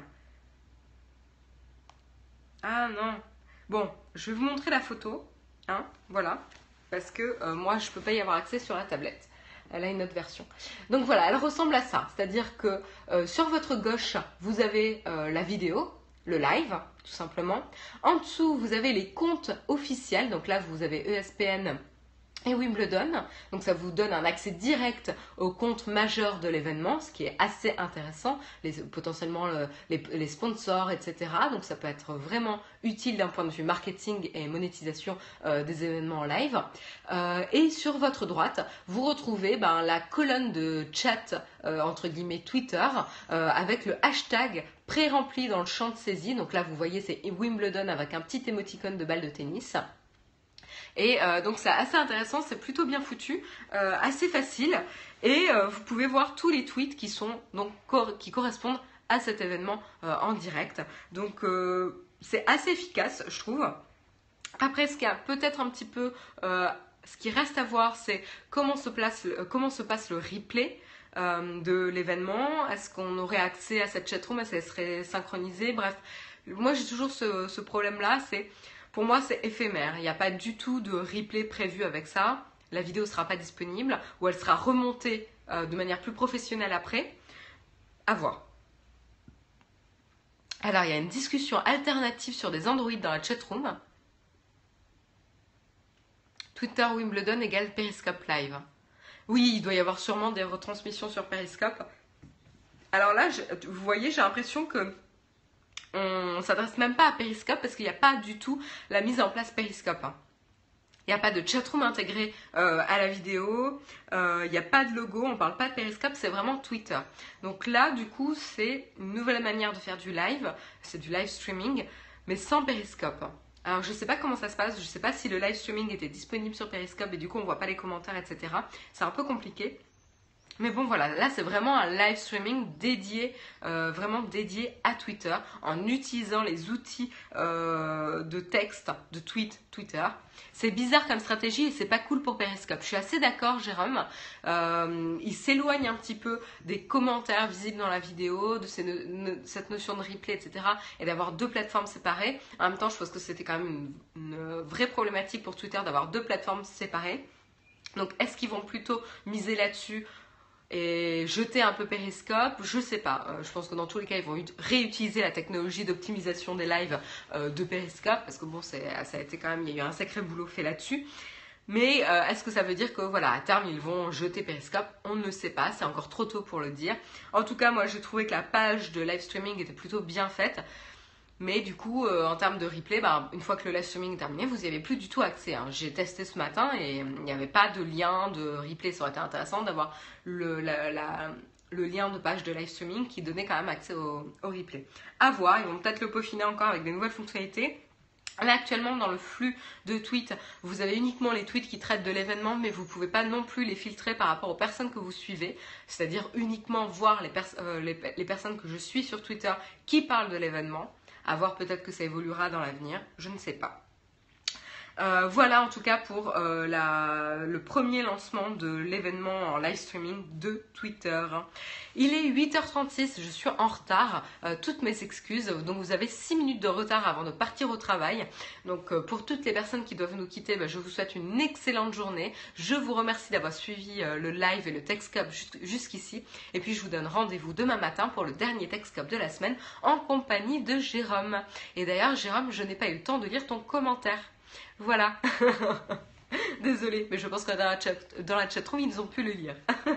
Ah non. Bon, je vais vous montrer la photo. Hein, voilà. Parce que moi, je ne peux pas y avoir accès sur la tablette. Elle a une autre version. Donc voilà, elle ressemble à ça. C'est-à-dire que sur votre gauche, vous avez la vidéo, le live, tout simplement. En dessous, vous avez les comptes officiels. Donc là, vous avez ESPN et Wimbledon, donc ça vous donne un accès direct au compte majeur de l'événement, ce qui est assez intéressant, potentiellement les sponsors, etc. Donc ça peut être vraiment utile d'un point de vue marketing et monétisation des événements en live. Et sur votre droite, vous retrouvez la colonne de chat, entre guillemets Twitter, avec le hashtag pré-rempli dans le champ de saisie. Donc là, vous voyez, c'est Wimbledon avec un petit émoticône de balle de tennis. Et donc c'est assez intéressant, c'est plutôt bien foutu, assez facile. Et vous pouvez voir tous les tweets qui correspondent à cet événement en direct. Donc c'est assez efficace, je trouve. Après, ce qu'il y a peut-être un petit peu, ce qui reste à voir, c'est comment se passe le replay de l'événement. Est-ce qu'on aurait accès à cette chatroom? Est-ce qu'elle serait synchronisée? Bref, moi j'ai toujours ce problème-là, pour moi, c'est éphémère. Il n'y a pas du tout de replay prévu avec ça. La vidéo ne sera pas disponible ou elle sera remontée de manière plus professionnelle après. À voir. Alors, il y a une discussion alternative sur des Android dans la chatroom. Twitter Wimbledon égale Periscope Live. Oui, il doit y avoir sûrement des retransmissions sur Periscope. Alors là, vous voyez, j'ai l'impression que on ne s'adresse même pas à Periscope parce qu'il n'y a pas du tout la mise en place Periscope. Il n'y a pas de chatroom intégré à la vidéo, il n'y a pas de logo, on ne parle pas de Periscope, c'est vraiment Twitter. Donc là, du coup, c'est une nouvelle manière de faire du live, c'est du live streaming, mais sans Periscope. Alors je ne sais pas comment ça se passe, je ne sais pas si le live streaming était disponible sur Periscope et du coup on ne voit pas les commentaires, etc. C'est un peu compliqué. Mais bon voilà, là c'est vraiment un live streaming dédié, vraiment dédié à Twitter, en utilisant les outils de texte, de Twitter. C'est bizarre comme stratégie et c'est pas cool pour Periscope. Je suis assez d'accord, Jérôme. Il s'éloigne un petit peu des commentaires visibles dans la vidéo, de cette notion de replay, etc. Et d'avoir deux plateformes séparées. En même temps, je pense que c'était quand même une vraie problématique pour Twitter d'avoir deux plateformes séparées. Donc est-ce qu'ils vont plutôt miser là-dessus et jeter un peu Periscope, je sais pas. Je pense que dans tous les cas, ils vont réutiliser la technologie d'optimisation des lives de Periscope, parce que bon, ça a été quand même, il y a eu un sacré boulot fait là-dessus. Mais est-ce que ça veut dire que voilà, à terme, ils vont jeter Periscope? On ne sait pas, c'est encore trop tôt pour le dire. En tout cas, moi, j'ai trouvé que la page de live streaming était plutôt bien faite. Mais du coup, en termes de replay, une fois que le live streaming est terminé, vous n'y avez plus du tout accès. Hein. J'ai testé ce matin et il n'y avait pas de lien de replay. Ça aurait été intéressant d'avoir le lien de page de live streaming qui donnait quand même accès au replay. À voir, ils vont peut-être le peaufiner encore avec des nouvelles fonctionnalités. Là, actuellement, dans le flux de tweets, vous avez uniquement les tweets qui traitent de l'événement, mais vous ne pouvez pas non plus les filtrer par rapport aux personnes que vous suivez, c'est-à-dire uniquement voir les personnes que je suis sur Twitter qui parlent de l'événement. À voir, peut-être que ça évoluera dans l'avenir, je ne sais pas. Voilà en tout cas pour le premier lancement de l'événement en live streaming de Twitter. Il est 8h36, je suis en retard, toutes mes excuses, donc vous avez 6 minutes de retard avant de partir au travail. Donc pour toutes les personnes qui doivent nous quitter, je vous souhaite une excellente journée. Je vous remercie d'avoir suivi le live et le Techscope jusqu'ici. Et puis je vous donne rendez-vous demain matin pour le dernier Techscope de la semaine en compagnie de Jérôme. Et d'ailleurs Jérôme, je n'ai pas eu le temps de lire ton commentaire. Voilà. Désolée, mais je pense que dans la chatroom, ils ont pu le lire.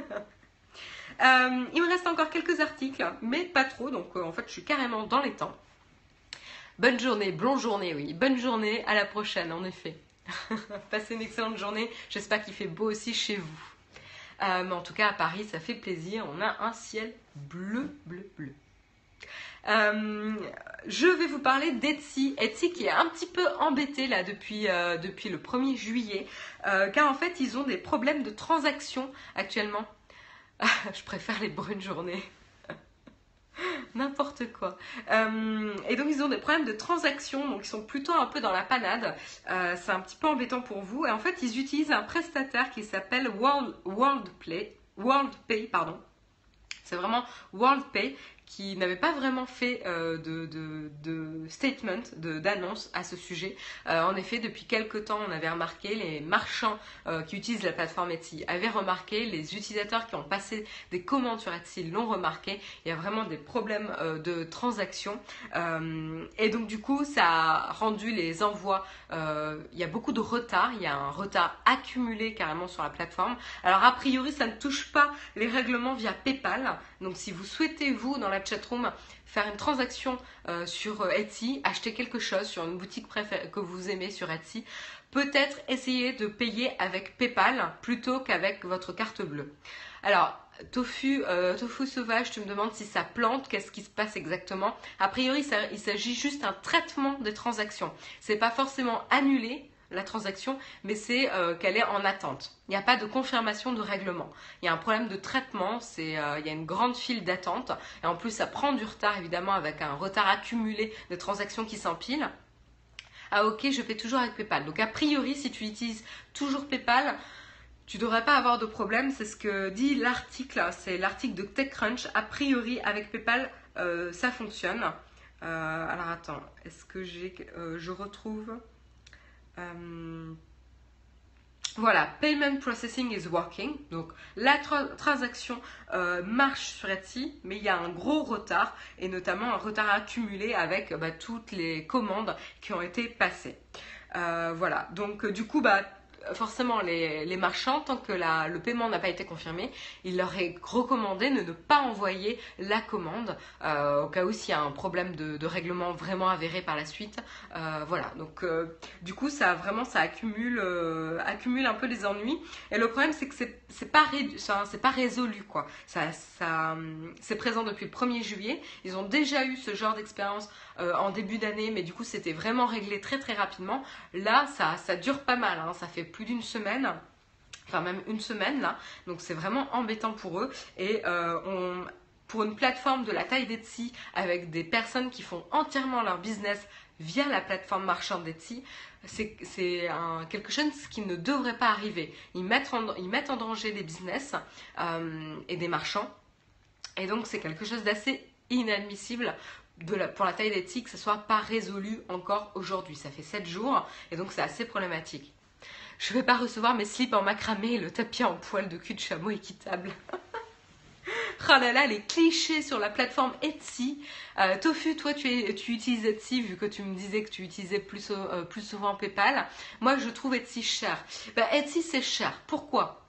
Il me reste encore quelques articles, mais pas trop, donc en fait, je suis carrément dans les temps. Bonne journée, oui. Bonne journée, à la prochaine, en effet. Passez une excellente journée. J'espère qu'il fait beau aussi chez vous. Mais en tout cas, à Paris, ça fait plaisir. On a un ciel bleu. Je vais vous parler d'Etsy. Etsy qui est un petit peu embêté là depuis le 1er juillet car en fait ils ont des problèmes de transaction actuellement. Je préfère les brunes journées. N'importe quoi. Et donc ils ont des problèmes de transaction, donc ils sont plutôt un peu dans la panade. C'est un petit peu embêtant pour vous. Et en fait ils utilisent un prestataire qui s'appelle WorldPay. C'est vraiment WorldPay qui n'avait pas vraiment fait de statement, d'annonce à ce sujet. En effet, depuis quelques temps, on avait remarqué, les marchands qui utilisent la plateforme Etsy avaient remarqué, les utilisateurs qui ont passé des commandes sur Etsy l'ont remarqué. Il y a vraiment des problèmes de transaction. Et donc du coup, ça a rendu les envois, il y a beaucoup de retard, il y a un retard accumulé carrément sur la plateforme. Alors a priori, ça ne touche pas les règlements via PayPal. Donc si vous souhaitez, vous, dans la chatroom, faire une transaction sur Etsy, acheter quelque chose sur une boutique que vous aimez sur Etsy, peut-être essayer de payer avec PayPal plutôt qu'avec votre carte bleue. Alors, Tofu sauvage, tu me demandes si ça plante, qu'est-ce qui se passe exactement? A priori, il s'agit juste d'un traitement des transactions. C'est pas forcément annulé, la transaction, mais c'est qu'elle est en attente. Il n'y a pas de confirmation de règlement. Il y a un problème de traitement, il y a une grande file d'attente, et en plus ça prend du retard évidemment avec un retard accumulé de transactions qui s'empilent. Ah ok, je fais toujours avec PayPal. Donc a priori, si tu utilises toujours PayPal, tu ne devrais pas avoir de problème. C'est ce que dit l'article, c'est l'article de TechCrunch. A priori, avec PayPal, ça fonctionne. Alors attends, est-ce que je retrouve... Voilà, payment processing is working. Donc la transaction marche sur Etsy, mais il y a un gros retard et notamment un retard accumulé avec toutes les commandes qui ont été passées. Voilà, donc du coup, forcément les marchands, tant que le paiement n'a pas été confirmé, il leur est recommandé de ne pas envoyer la commande au cas où s'il y a un problème de règlement vraiment avéré par la suite. Voilà, donc du coup ça accumule un peu les ennuis. Et le problème c'est que c'est pas résolu quoi. C'est présent depuis le 1er juillet. Ils ont déjà eu ce genre d'expérience en début d'année, mais du coup c'était vraiment réglé très très rapidement. Là ça dure pas mal, hein. Ça fait plus d'une semaine, enfin même une semaine là, donc c'est vraiment embêtant pour eux. Et pour une plateforme de la taille d'Etsy, avec des personnes qui font entièrement leur business via la plateforme marchande d'Etsy, c'est quelque chose qui ne devrait pas arriver. Ils mettent en danger des business et des marchands, et donc c'est quelque chose d'assez inadmissible pour la taille d'Etsy que ce soit pas résolu encore aujourd'hui. Ça fait 7 jours et donc c'est assez problématique. Je ne vais pas recevoir mes slips en macramé et le tapis en poil de cul de chameau équitable. Oh là là, les clichés sur la plateforme Etsy. Tofu, toi tu utilises Etsy vu que tu me disais que tu utilisais plus souvent PayPal. Moi je trouve Etsy cher. Etsy c'est cher. Pourquoi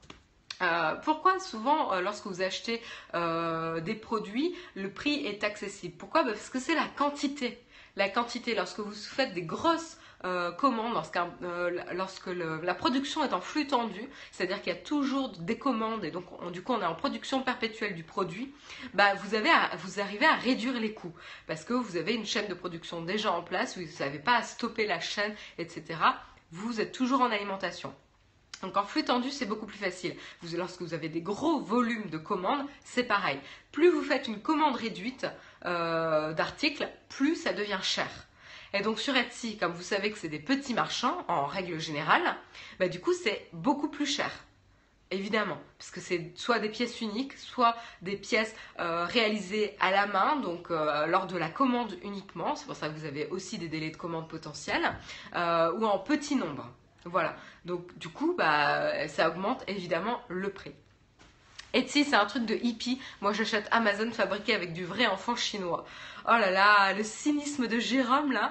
souvent lorsque vous achetez des produits, le prix est accessible? Pourquoi? Parce que c'est la quantité. La quantité, lorsque vous faites des grosses commandes, lorsque la production est en flux tendu, c'est-à-dire qu'il y a toujours des commandes et donc du coup on est en production perpétuelle du produit, vous arrivez à réduire les coûts parce que vous avez une chaîne de production déjà en place, vous n'avez pas à stopper la chaîne, etc. Vous êtes toujours en alimentation. Donc en flux tendu, c'est beaucoup plus facile. Lorsque vous avez des gros volumes de commandes, c'est pareil. Plus vous faites une commande réduite d'articles, plus ça devient cher. Et donc sur Etsy, comme vous savez que c'est des petits marchands en règle générale, du coup c'est beaucoup plus cher. Évidemment, parce que c'est soit des pièces uniques, soit des pièces réalisées à la main, donc lors de la commande uniquement. C'est pour ça que vous avez aussi des délais de commande potentiels, ou en petit nombre. Voilà, donc du coup, ça augmente évidemment le prix. Etsy, c'est un truc de hippie. Moi, j'achète Amazon fabriqué avec du vrai enfant chinois. Oh là là, le cynisme de Jérôme, là.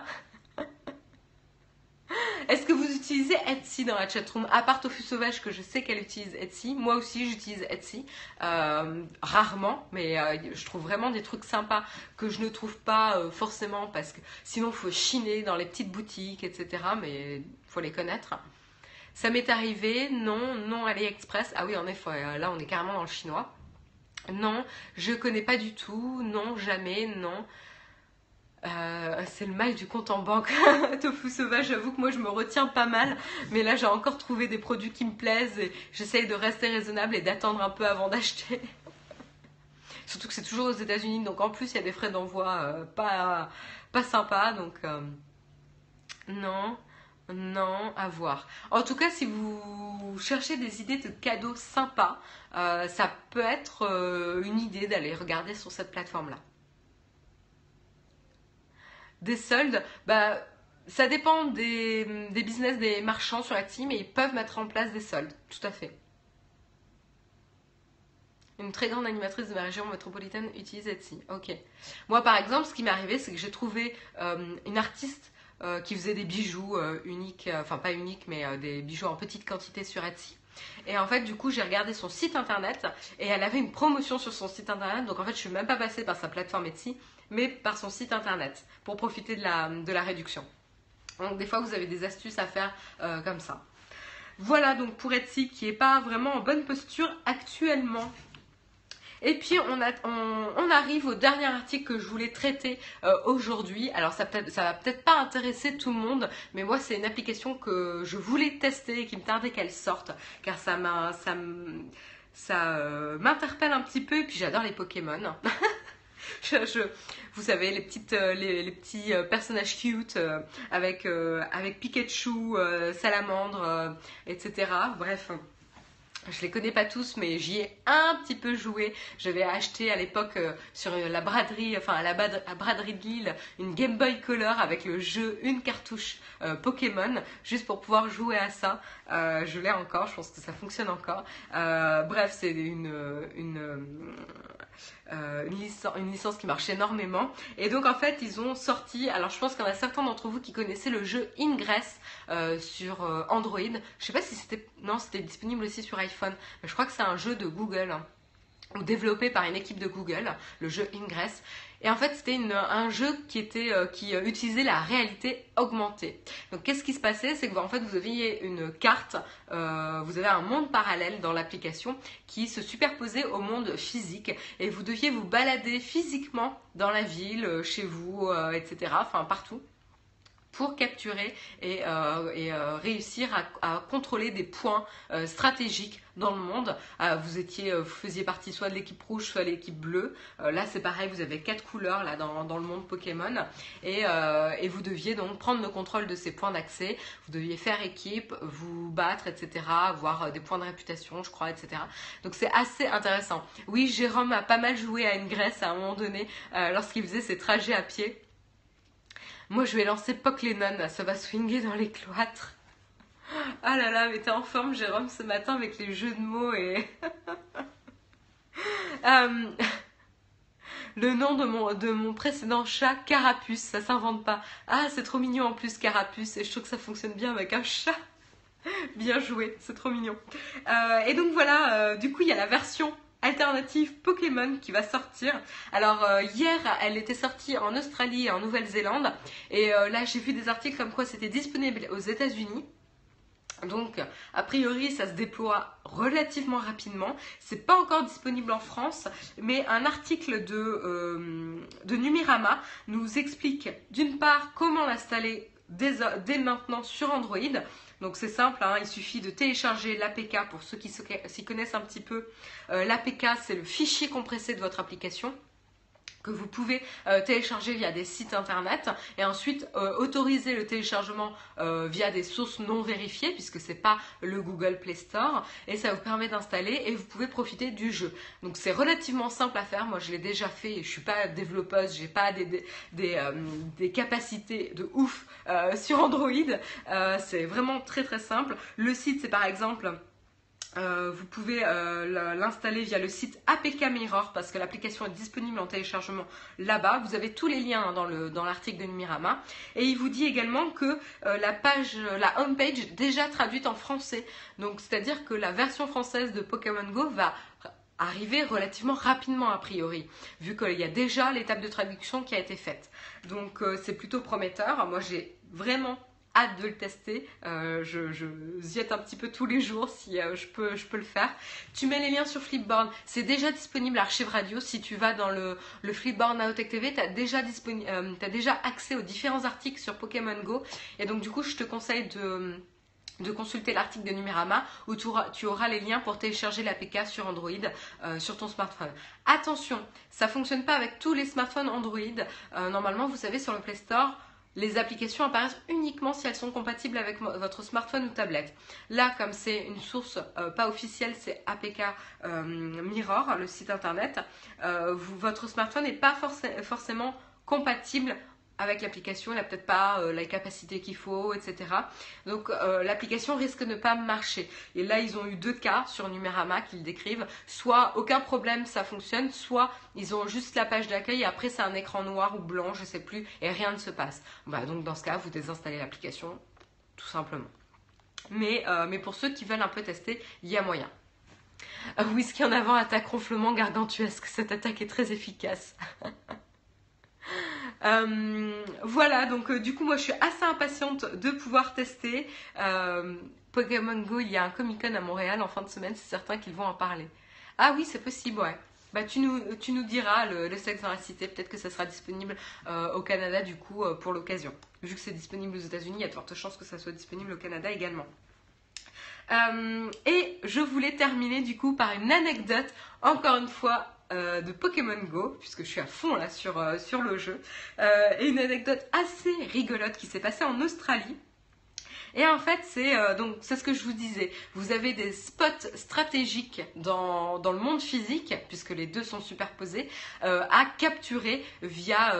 Est-ce que vous utilisez Etsy dans la chatroom? À part Tofu Sauvage, que je sais qu'elle utilise Etsy. Moi aussi, j'utilise Etsy. Rarement, mais je trouve vraiment des trucs sympas que je ne trouve pas forcément, parce que sinon, il faut chiner dans les petites boutiques, etc. Mais il faut les connaître. Ça m'est arrivé, non AliExpress. Ah oui, en effet, là, on est carrément dans le chinois. Non, je connais pas du tout. Non, jamais, non. C'est le mal du compte en banque. Tofu Sauvage, j'avoue que moi je me retiens pas mal, mais là j'ai encore trouvé des produits qui me plaisent et j'essaye de rester raisonnable et d'attendre un peu avant d'acheter. Surtout que c'est toujours aux États-Unis, donc en plus il y a des frais d'envoi pas sympas, donc non, à voir. En tout cas, si vous cherchez des idées de cadeaux sympas, ça peut être une idée d'aller regarder sur cette plateforme-là. Des soldes, ça dépend des business des marchands sur Etsy, mais ils peuvent mettre en place des soldes, tout à fait. Une très grande animatrice de ma région métropolitaine utilise Etsy. Ok. Moi, par exemple, ce qui m'est arrivé, c'est que j'ai trouvé une artiste qui faisait des bijoux uniques, enfin pas uniques, mais des bijoux en petite quantité sur Etsy. Et en fait, du coup, j'ai regardé son site internet et elle avait une promotion sur son site internet. Donc en fait, je suis même pas passée par sa plateforme Etsy, mais par son site internet pour profiter de la réduction. Donc des fois, vous avez des astuces à faire comme ça. Voilà donc pour Etsy qui n'est pas vraiment en bonne posture actuellement. Et puis on arrive au dernier article que je voulais traiter aujourd'hui. Alors ça va peut-être pas intéresser tout le monde, mais moi c'est une application que je voulais tester et qui me tardait qu'elle sorte, car ça m'interpelle un petit peu, et puis j'adore les Pokémon. Vous savez, les petits personnages cute avec Pikachu, Salamandre, etc. Bref. Je les connais pas tous, mais j'y ai un petit peu joué. J'avais acheté à l'époque sur la braderie, enfin à la braderie de Lille, une Game Boy Color avec le jeu, une cartouche Pokémon, juste pour pouvoir jouer à ça. Je l'ai encore, je pense que ça fonctionne encore. Bref, c'est une licence qui marche énormément. Et donc en fait, ils ont sorti, alors je pense qu'il y en a certains d'entre vous qui connaissaient le jeu Ingress sur Android. Je sais pas si c'était, non, c'était disponible aussi sur iPhone, mais je crois que c'est un jeu de Google, hein, ou développé par une équipe de Google, le jeu Ingress. Et en fait, c'était un jeu qui utilisait la réalité augmentée. Donc, qu'est-ce qui se passait? C'est que en fait, vous aviez une carte, vous avez un monde parallèle dans l'application qui se superposait au monde physique, et vous deviez vous balader physiquement dans la ville, chez vous, etc. Enfin, partout, pour capturer et réussir à contrôler des points stratégiques dans le monde. Vous faisiez partie soit de l'équipe rouge, soit de l'équipe bleue. Là, c'est pareil, vous avez 4 couleurs là, dans le monde Pokémon. Et vous deviez donc prendre le contrôle de ces points d'accès. Vous deviez faire équipe, vous battre, etc. Avoir des points de réputation, je crois, etc. Donc, c'est assez intéressant. Oui, Jérôme a pas mal joué à Ingress à un moment donné, lorsqu'il faisait ses trajets à pied. Moi, je vais lancer Poc Lennon, ça va swinguer dans les cloîtres. Ah là là, mais t'es en forme, Jérôme, ce matin avec les jeux de mots et... Le nom de mon précédent chat, Carapuce, ça s'invente pas. Ah, c'est trop mignon en plus, Carapuce, et je trouve que ça fonctionne bien avec un chat. Bien joué, c'est trop mignon. Et donc voilà, du coup, il y a la version alternative Pokémon qui va sortir. Alors hier, elle était sortie en Australie et en Nouvelle-Zélande. Et là, j'ai vu des articles comme quoi c'était disponible aux États-Unis. Donc, a priori, ça se déploie relativement rapidement. C'est pas encore disponible en France, mais un article de Numérama nous explique d'une part comment l'installer dès maintenant sur Android. Donc c'est simple, hein, il suffit de télécharger l'APK pour ceux qui s'y connaissent un petit peu. L'APK, c'est le fichier compressé de votre application que vous pouvez télécharger via des sites internet et ensuite autoriser le téléchargement via des sources non vérifiées puisque c'est pas le Google Play Store, et ça vous permet d'installer et vous pouvez profiter du jeu. Donc c'est relativement simple à faire, moi je l'ai déjà fait et je suis pas développeuse, j'ai pas des capacités de ouf sur Android, c'est vraiment très très simple. Le site, c'est par exemple... vous pouvez l'installer via le site APK Mirror parce que l'application est disponible en téléchargement là-bas. Vous avez tous les liens dans l'article de Numérama. Et il vous dit également que la homepage déjà traduite en français. Donc c'est-à-dire que la version française de Pokémon Go va arriver relativement rapidement a priori, vu qu'il y a déjà l'étape de traduction qui a été faite. Donc c'est plutôt prometteur. Moi j'ai vraiment hâte de le tester, je ziote un petit peu tous les jours si je peux le faire. Tu mets les liens sur Flipboard, c'est déjà disponible à Archive Radio. Si tu vas dans le Flipboard Naotech TV, tu as déjà accès aux différents articles sur Pokémon Go, et donc du coup je te conseille de consulter l'article de Numérama où tu auras les liens pour télécharger l'APK sur Android sur ton smartphone. Attention, ça ne fonctionne pas avec tous les smartphones Android. Normalement, vous savez, sur le Play Store, les applications apparaissent uniquement si elles sont compatibles avec votre smartphone ou tablette. Là, comme c'est une source pas officielle, c'est APK Mirror, le site internet, votre smartphone n'est pas forcément compatible avec l'application, il n'a peut-être pas la capacité qu'il faut, etc. Donc l'application risque de ne pas marcher. Et là, ils ont eu 2 cas sur Numérama qu'ils décrivent. Soit aucun problème, ça fonctionne, soit ils ont juste la page d'accueil et après c'est un écran noir ou blanc, je ne sais plus, et rien ne se passe. Bah, donc dans ce cas, vous désinstallez l'application, tout simplement. Mais pour ceux qui veulent un peu tester, il y a moyen. Whisky en avant, attaque ronflement gargantuesque. Cette attaque est très efficace. Voilà, donc du coup moi je suis assez impatiente de pouvoir tester Pokémon Go. Il y a un Comic Con à Montréal en fin de semaine, c'est certain qu'ils vont en parler. Ah oui, c'est possible, ouais. Bah tu nous diras le sexe dans la cité, peut-être que ça sera disponible au Canada du coup pour l'occasion. Vu que c'est disponible aux États-Unis, il y a de fortes chances que ça soit disponible au Canada également. Et je voulais terminer du coup par une anecdote, encore une fois, de Pokémon Go, puisque je suis à fond là sur le jeu, et une anecdote assez rigolote qui s'est passée en Australie. Et en fait, c'est ce que je vous disais. Vous avez des spots stratégiques dans le monde physique, puisque les deux sont superposés, à capturer via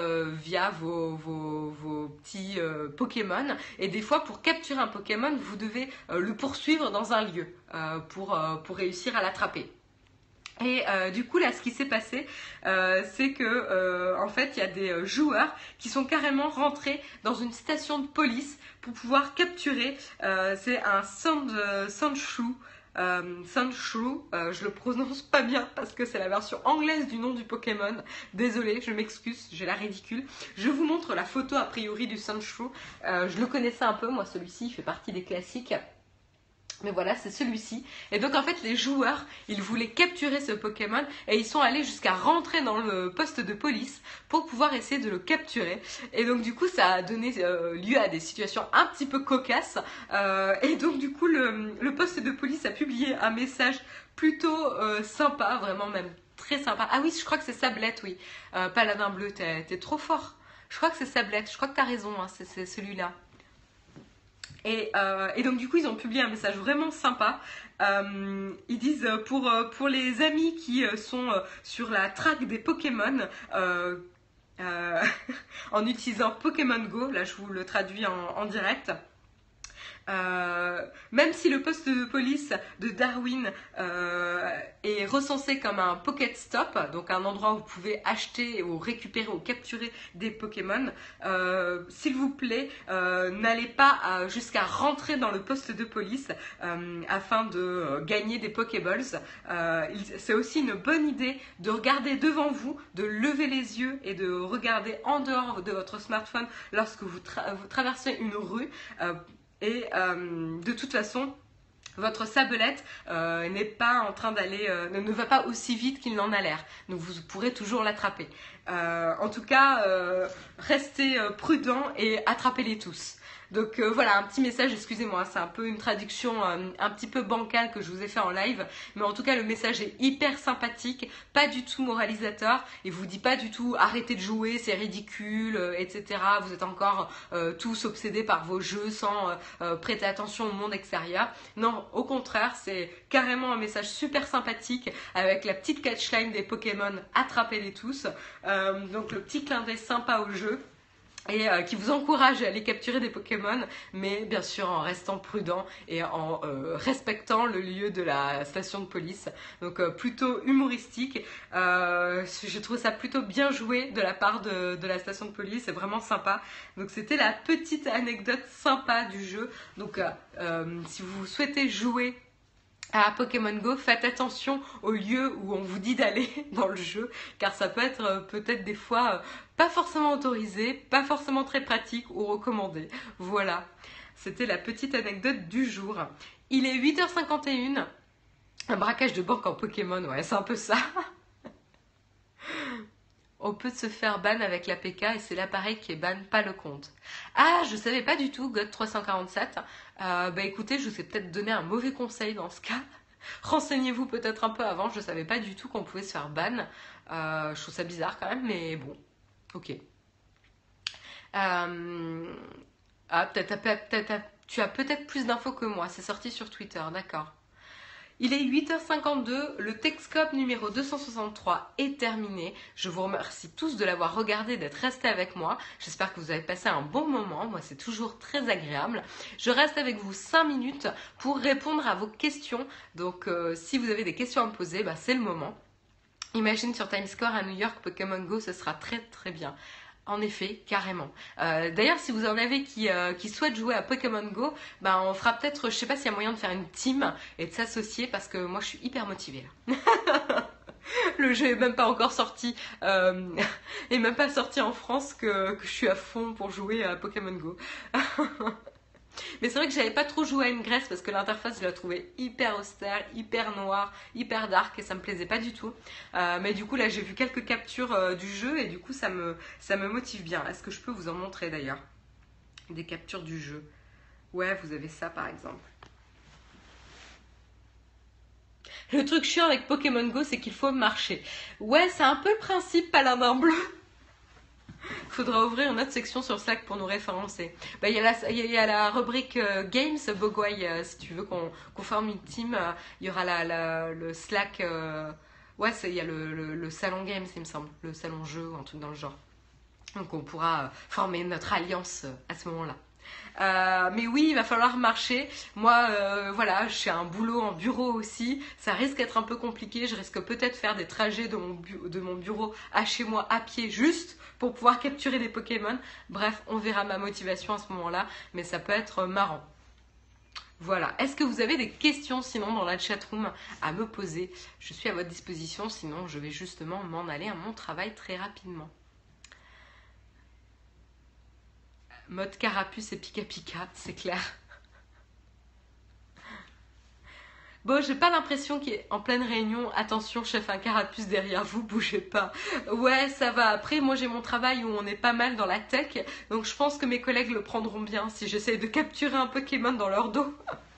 vos petits Pokémon. Et des fois, pour capturer un Pokémon, vous devez le poursuivre dans un lieu pour réussir à l'attraper. Et du coup là ce qui s'est passé c'est que en fait il y a des joueurs qui sont carrément rentrés dans une station de police pour pouvoir capturer c'est un Sandshrew. Je le prononce pas bien parce que c'est la version anglaise du nom du Pokémon. Désolée, je m'excuse, j'ai la ridicule. Je vous montre la photo a priori du Sandshrew. Je le connaissais un peu, moi celui-ci il fait partie des classiques. Mais voilà, c'est celui-ci. Et donc en fait, les joueurs, ils voulaient capturer ce Pokémon et ils sont allés jusqu'à rentrer dans le poste de police pour pouvoir essayer de le capturer. Et donc du coup, ça a donné lieu à des situations un petit peu cocasses. Et donc du coup, le poste de police a publié un message plutôt sympa, vraiment même très sympa. Ah oui, je crois que c'est Sablette, oui. Paladin bleu, t'es trop fort. Je crois que c'est Sablette, je crois que t'as raison, hein, c'est celui-là. Et donc du coup ils ont publié un message vraiment sympa. Ils disent pour les amis qui sont sur la traque des Pokémon en utilisant Pokémon Go, là je vous le traduis en direct. Même si le poste de police de Darwin est recensé comme un Pocket Stop, donc un endroit où vous pouvez acheter ou récupérer ou capturer des Pokémon, s'il vous plaît, n'allez pas jusqu'à rentrer dans le poste de police afin de gagner des Pokéballs. C'est aussi une bonne idée de regarder devant vous, de lever les yeux et de regarder en dehors de votre smartphone lorsque vous traversez une rue. Et de toute façon, votre Sablette n'est pas en train d'aller, ne va pas aussi vite qu'il n'en a l'air. Donc vous pourrez toujours l'attraper. En tout cas, restez prudents et attrapez-les tous. Donc voilà, un petit message, excusez-moi, c'est un peu une traduction un petit peu bancale que je vous ai fait en live, mais en tout cas le message est hyper sympathique, pas du tout moralisateur, il vous dit pas du tout arrêtez de jouer, c'est ridicule, etc. Vous êtes encore tous obsédés par vos jeux sans prêter attention au monde extérieur. Non, au contraire, c'est carrément un message super sympathique avec la petite catchline des Pokémon, attrapez-les tous. Donc le petit clin d'œil sympa au jeu. Et qui vous encourage à aller capturer des Pokémon, mais bien sûr en restant prudent et en respectant le lieu de la station de police. Donc plutôt humoristique. Je trouve ça plutôt bien joué de la part de la station de police, c'est vraiment sympa. Donc c'était la petite anecdote sympa du jeu. Donc si vous souhaitez jouer à Pokémon Go, faites attention au lieu où on vous dit d'aller dans le jeu, car ça peut être peut-être des fois pas forcément autorisé, pas forcément très pratique ou recommandé. Voilà, c'était la petite anecdote du jour. Il est 8h51, un braquage de banque en Pokémon, ouais, c'est un peu ça. On peut se faire ban avec l'APK et c'est l'appareil qui est ban, pas le compte. Ah, je savais pas du tout, God347. Bah écoutez, je vous ai peut-être donné un mauvais conseil dans ce cas. Renseignez-vous peut-être un peu avant, je savais pas du tout qu'on pouvait se faire ban. Je trouve ça bizarre quand même, mais bon, ok. Ah, tu as peut-être plus d'infos que moi, c'est sorti sur Twitter, d'accord. Il est 8h52, le Texcope numéro 263 est terminé. Je vous remercie tous de l'avoir regardé, d'être restés avec moi. J'espère que vous avez passé un bon moment. Moi, c'est toujours très agréable. Je reste avec vous 5 minutes pour répondre à vos questions. Donc, si vous avez des questions à me poser, bah, c'est le moment. Imagine sur Times Square à New York, Pokémon Go, ce sera très très bien. En effet, carrément. D'ailleurs, si vous en avez qui souhaitent jouer à Pokémon Go, ben on fera peut-être, je sais pas s'il y a moyen de faire une team et de s'associer parce que moi je suis hyper motivée là. Le jeu est même pas encore sorti, et même pas sorti en France que je suis à fond pour jouer à Pokémon Go. Mais c'est vrai que j'avais pas trop joué à Ingress parce que l'interface je la trouvais hyper austère, hyper noire, hyper dark et ça me plaisait pas du tout. Mais du coup là j'ai vu quelques captures du jeu et du coup ça me motive bien. Est-ce que je peux vous en montrer d'ailleurs? Des captures du jeu. Ouais, vous avez ça par exemple. Le truc chiant avec Pokémon Go c'est qu'il faut marcher. Ouais, c'est un peu le principe paladin bleu. Faudra ouvrir une autre section sur Slack pour nous référencer. Bah, il y a la rubrique Games, Bogwai, si tu veux qu'on forme une team, il y aura le Slack. Ouais, il y a le salon Games, il me semble, le salon jeu ou un truc dans le genre. Donc on pourra former notre alliance à ce moment-là. Mais oui, il va falloir marcher. Moi, voilà, j'ai un boulot en bureau aussi. Ça risque d'être un peu compliqué. Je risque peut-être faire des trajets de mon bureau à chez moi à pied juste pour pouvoir capturer des Pokémon. Bref, on verra ma motivation à ce moment-là. Mais ça peut être marrant. Voilà. Est-ce que vous avez des questions sinon dans la chatroom à me poser? Je suis à votre disposition. Sinon, je vais justement m'en aller à mon travail très rapidement. Mode carapuce et pika pika, c'est clair. Bon, j'ai pas l'impression qu'il est en pleine réunion. Attention, chef, un carapuce derrière vous, bougez pas. Ouais, ça va. Après, moi j'ai mon travail où on est pas mal dans la tech. Donc je pense que mes collègues le prendront bien si j'essaye de capturer un Pokémon dans leur dos.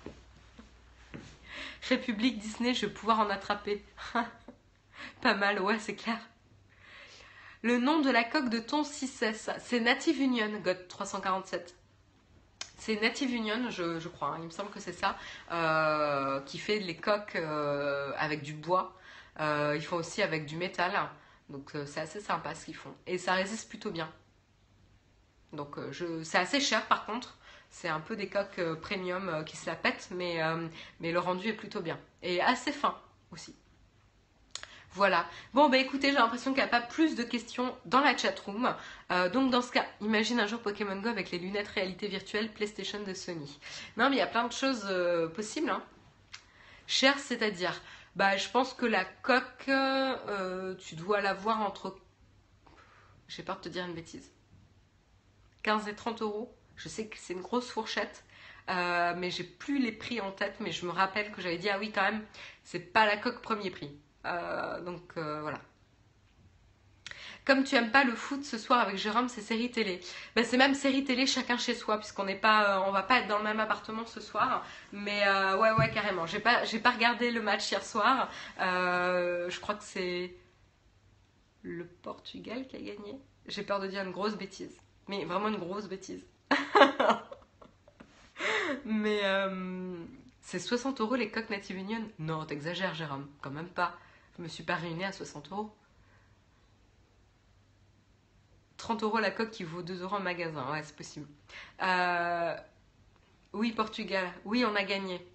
République Disney, je vais pouvoir en attraper. Pas mal, ouais, c'est clair. Le nom de la coque de ton 6S, c'est Native Union, God 347. C'est Native Union, je crois, hein, il me semble que c'est ça, qui fait les coques avec du bois. Ils font aussi avec du métal, donc c'est assez sympa ce qu'ils font. Et ça résiste plutôt bien. Donc c'est assez cher par contre. C'est un peu des coques premium qui se la pètent, mais le rendu est plutôt bien. Et assez fin aussi. Voilà. Bon, bah écoutez, j'ai l'impression qu'il n'y a pas plus de questions dans la chatroom. Donc dans ce cas, imagine un jour Pokémon Go avec les lunettes réalité virtuelle PlayStation de Sony. Non, mais il y a plein de choses possibles. Hein. Cher, c'est-à-dire, bah je pense que la coque, tu dois l'avoir entre... J'ai peur de te dire une bêtise. 15 et 30 euros. Je sais que c'est une grosse fourchette. Mais j'ai plus les prix en tête. Mais je me rappelle que j'avais dit, ah oui, quand même, c'est pas la coque premier prix. Donc voilà. Comme tu aimes pas le foot ce soir avec Jérôme, c'est série télé. Ben, c'est même série télé chacun chez soi, puisqu'on n'est pas, on va pas être dans le même appartement ce soir. Mais ouais carrément. J'ai pas regardé le match hier soir. Je crois que c'est le Portugal qui a gagné. J'ai peur de dire une grosse bêtise, mais vraiment une grosse bêtise. Mais c'est 60 euros les coques Native Union. Non, t'exagères Jérôme, quand même pas. Je me suis pas réunie à 60 euros. 30 euros la coque qui vaut 2 euros en magasin, ouais, c'est possible. Oui, Portugal, oui, on a gagné.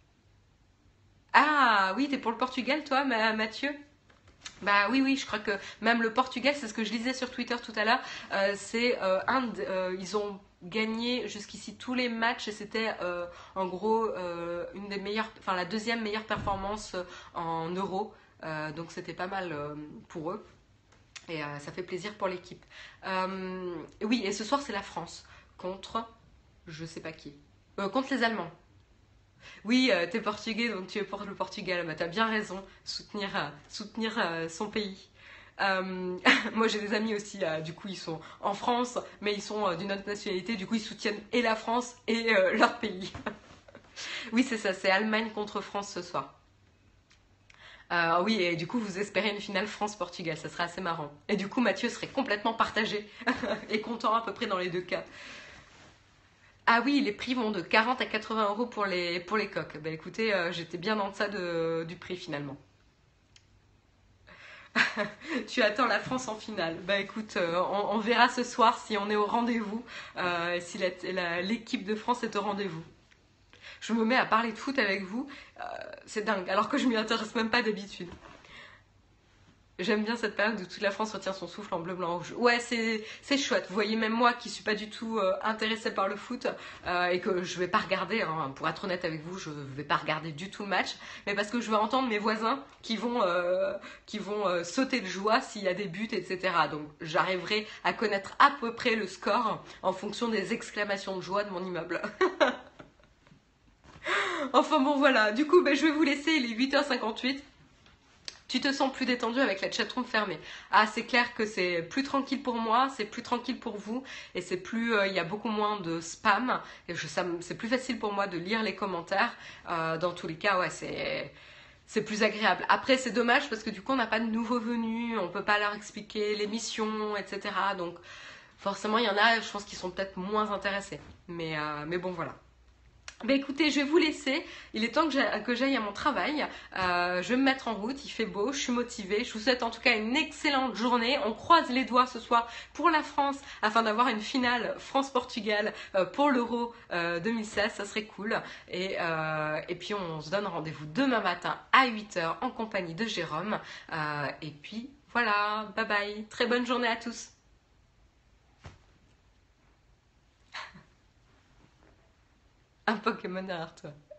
Ah, oui, t'es pour le Portugal, toi, Mathieu? Bah oui, je crois que même le Portugal, c'est ce que je lisais sur Twitter tout à l'heure, ils ont gagné jusqu'ici tous les matchs et c'était en gros une des meilleures, enfin la deuxième meilleure performance en euros. Donc c'était pas mal pour eux. Et ça fait plaisir pour l'équipe. Oui, et ce soir c'est la France contre je sais pas qui. Contre les Allemands. Oui, t'es portugais donc tu es pour le Portugal. Bah, t'as bien raison, soutenir son pays. Moi j'ai des amis aussi, du coup ils sont en France, mais ils sont d'une autre nationalité, du coup ils soutiennent et la France et leur pays. Oui, c'est ça, c'est Allemagne contre France ce soir. Oui, et du coup, vous espérez une finale France-Portugal, ça serait assez marrant. Et du coup, Mathieu serait complètement partagé et content à peu près dans les deux cas. Ah oui, les prix vont de 40 à 80 euros pour les coques. Bah écoutez, j'étais bien en deçà du prix finalement. Tu attends la France en finale. Bah écoute, on verra ce soir si on est au rendez-vous, si l'équipe de France est au rendez-vous. Je me mets à parler de foot avec vous, c'est dingue, alors que je m'y intéresse même pas d'habitude. J'aime bien cette période où toute la France retient son souffle en bleu, blanc, rouge. Ouais, c'est chouette. Vous voyez, même moi qui suis pas du tout intéressée par le foot et que je vais pas regarder, hein, pour être honnête avec vous, je vais pas regarder du tout le match, mais parce que je veux entendre mes voisins qui vont sauter de joie s'il y a des buts, etc. Donc j'arriverai à connaître à peu près le score en fonction des exclamations de joie de mon immeuble. Enfin bon voilà, du coup je vais vous laisser, il est 8h58. Tu te sens plus détendu avec la chatroom fermée. Ah, c'est clair que c'est plus tranquille pour moi, c'est plus tranquille pour vous, et c'est plus, il y a beaucoup moins de spam, et c'est plus facile pour moi de lire les commentaires. Dans tous les cas, ouais, c'est plus agréable. Après, c'est dommage parce que du coup, on n'a pas de nouveaux venus, on peut pas leur expliquer les missions, etc. Donc, forcément, il y en a, je pense, qui sont peut-être moins intéressés. Mais bon, voilà. Bah écoutez, je vais vous laisser. Il est temps que j'aille à mon travail. Je vais me mettre en route. Il fait beau, je suis motivée. Je vous souhaite en tout cas une excellente journée. On croise les doigts ce soir pour la France afin d'avoir une finale France-Portugal pour l'Euro 2016. Ça serait cool. Et puis on se donne rendez-vous demain matin à 8h en compagnie de Jérôme. Et puis voilà, bye bye. Très bonne journée à tous. Un Pokémon derrière toi.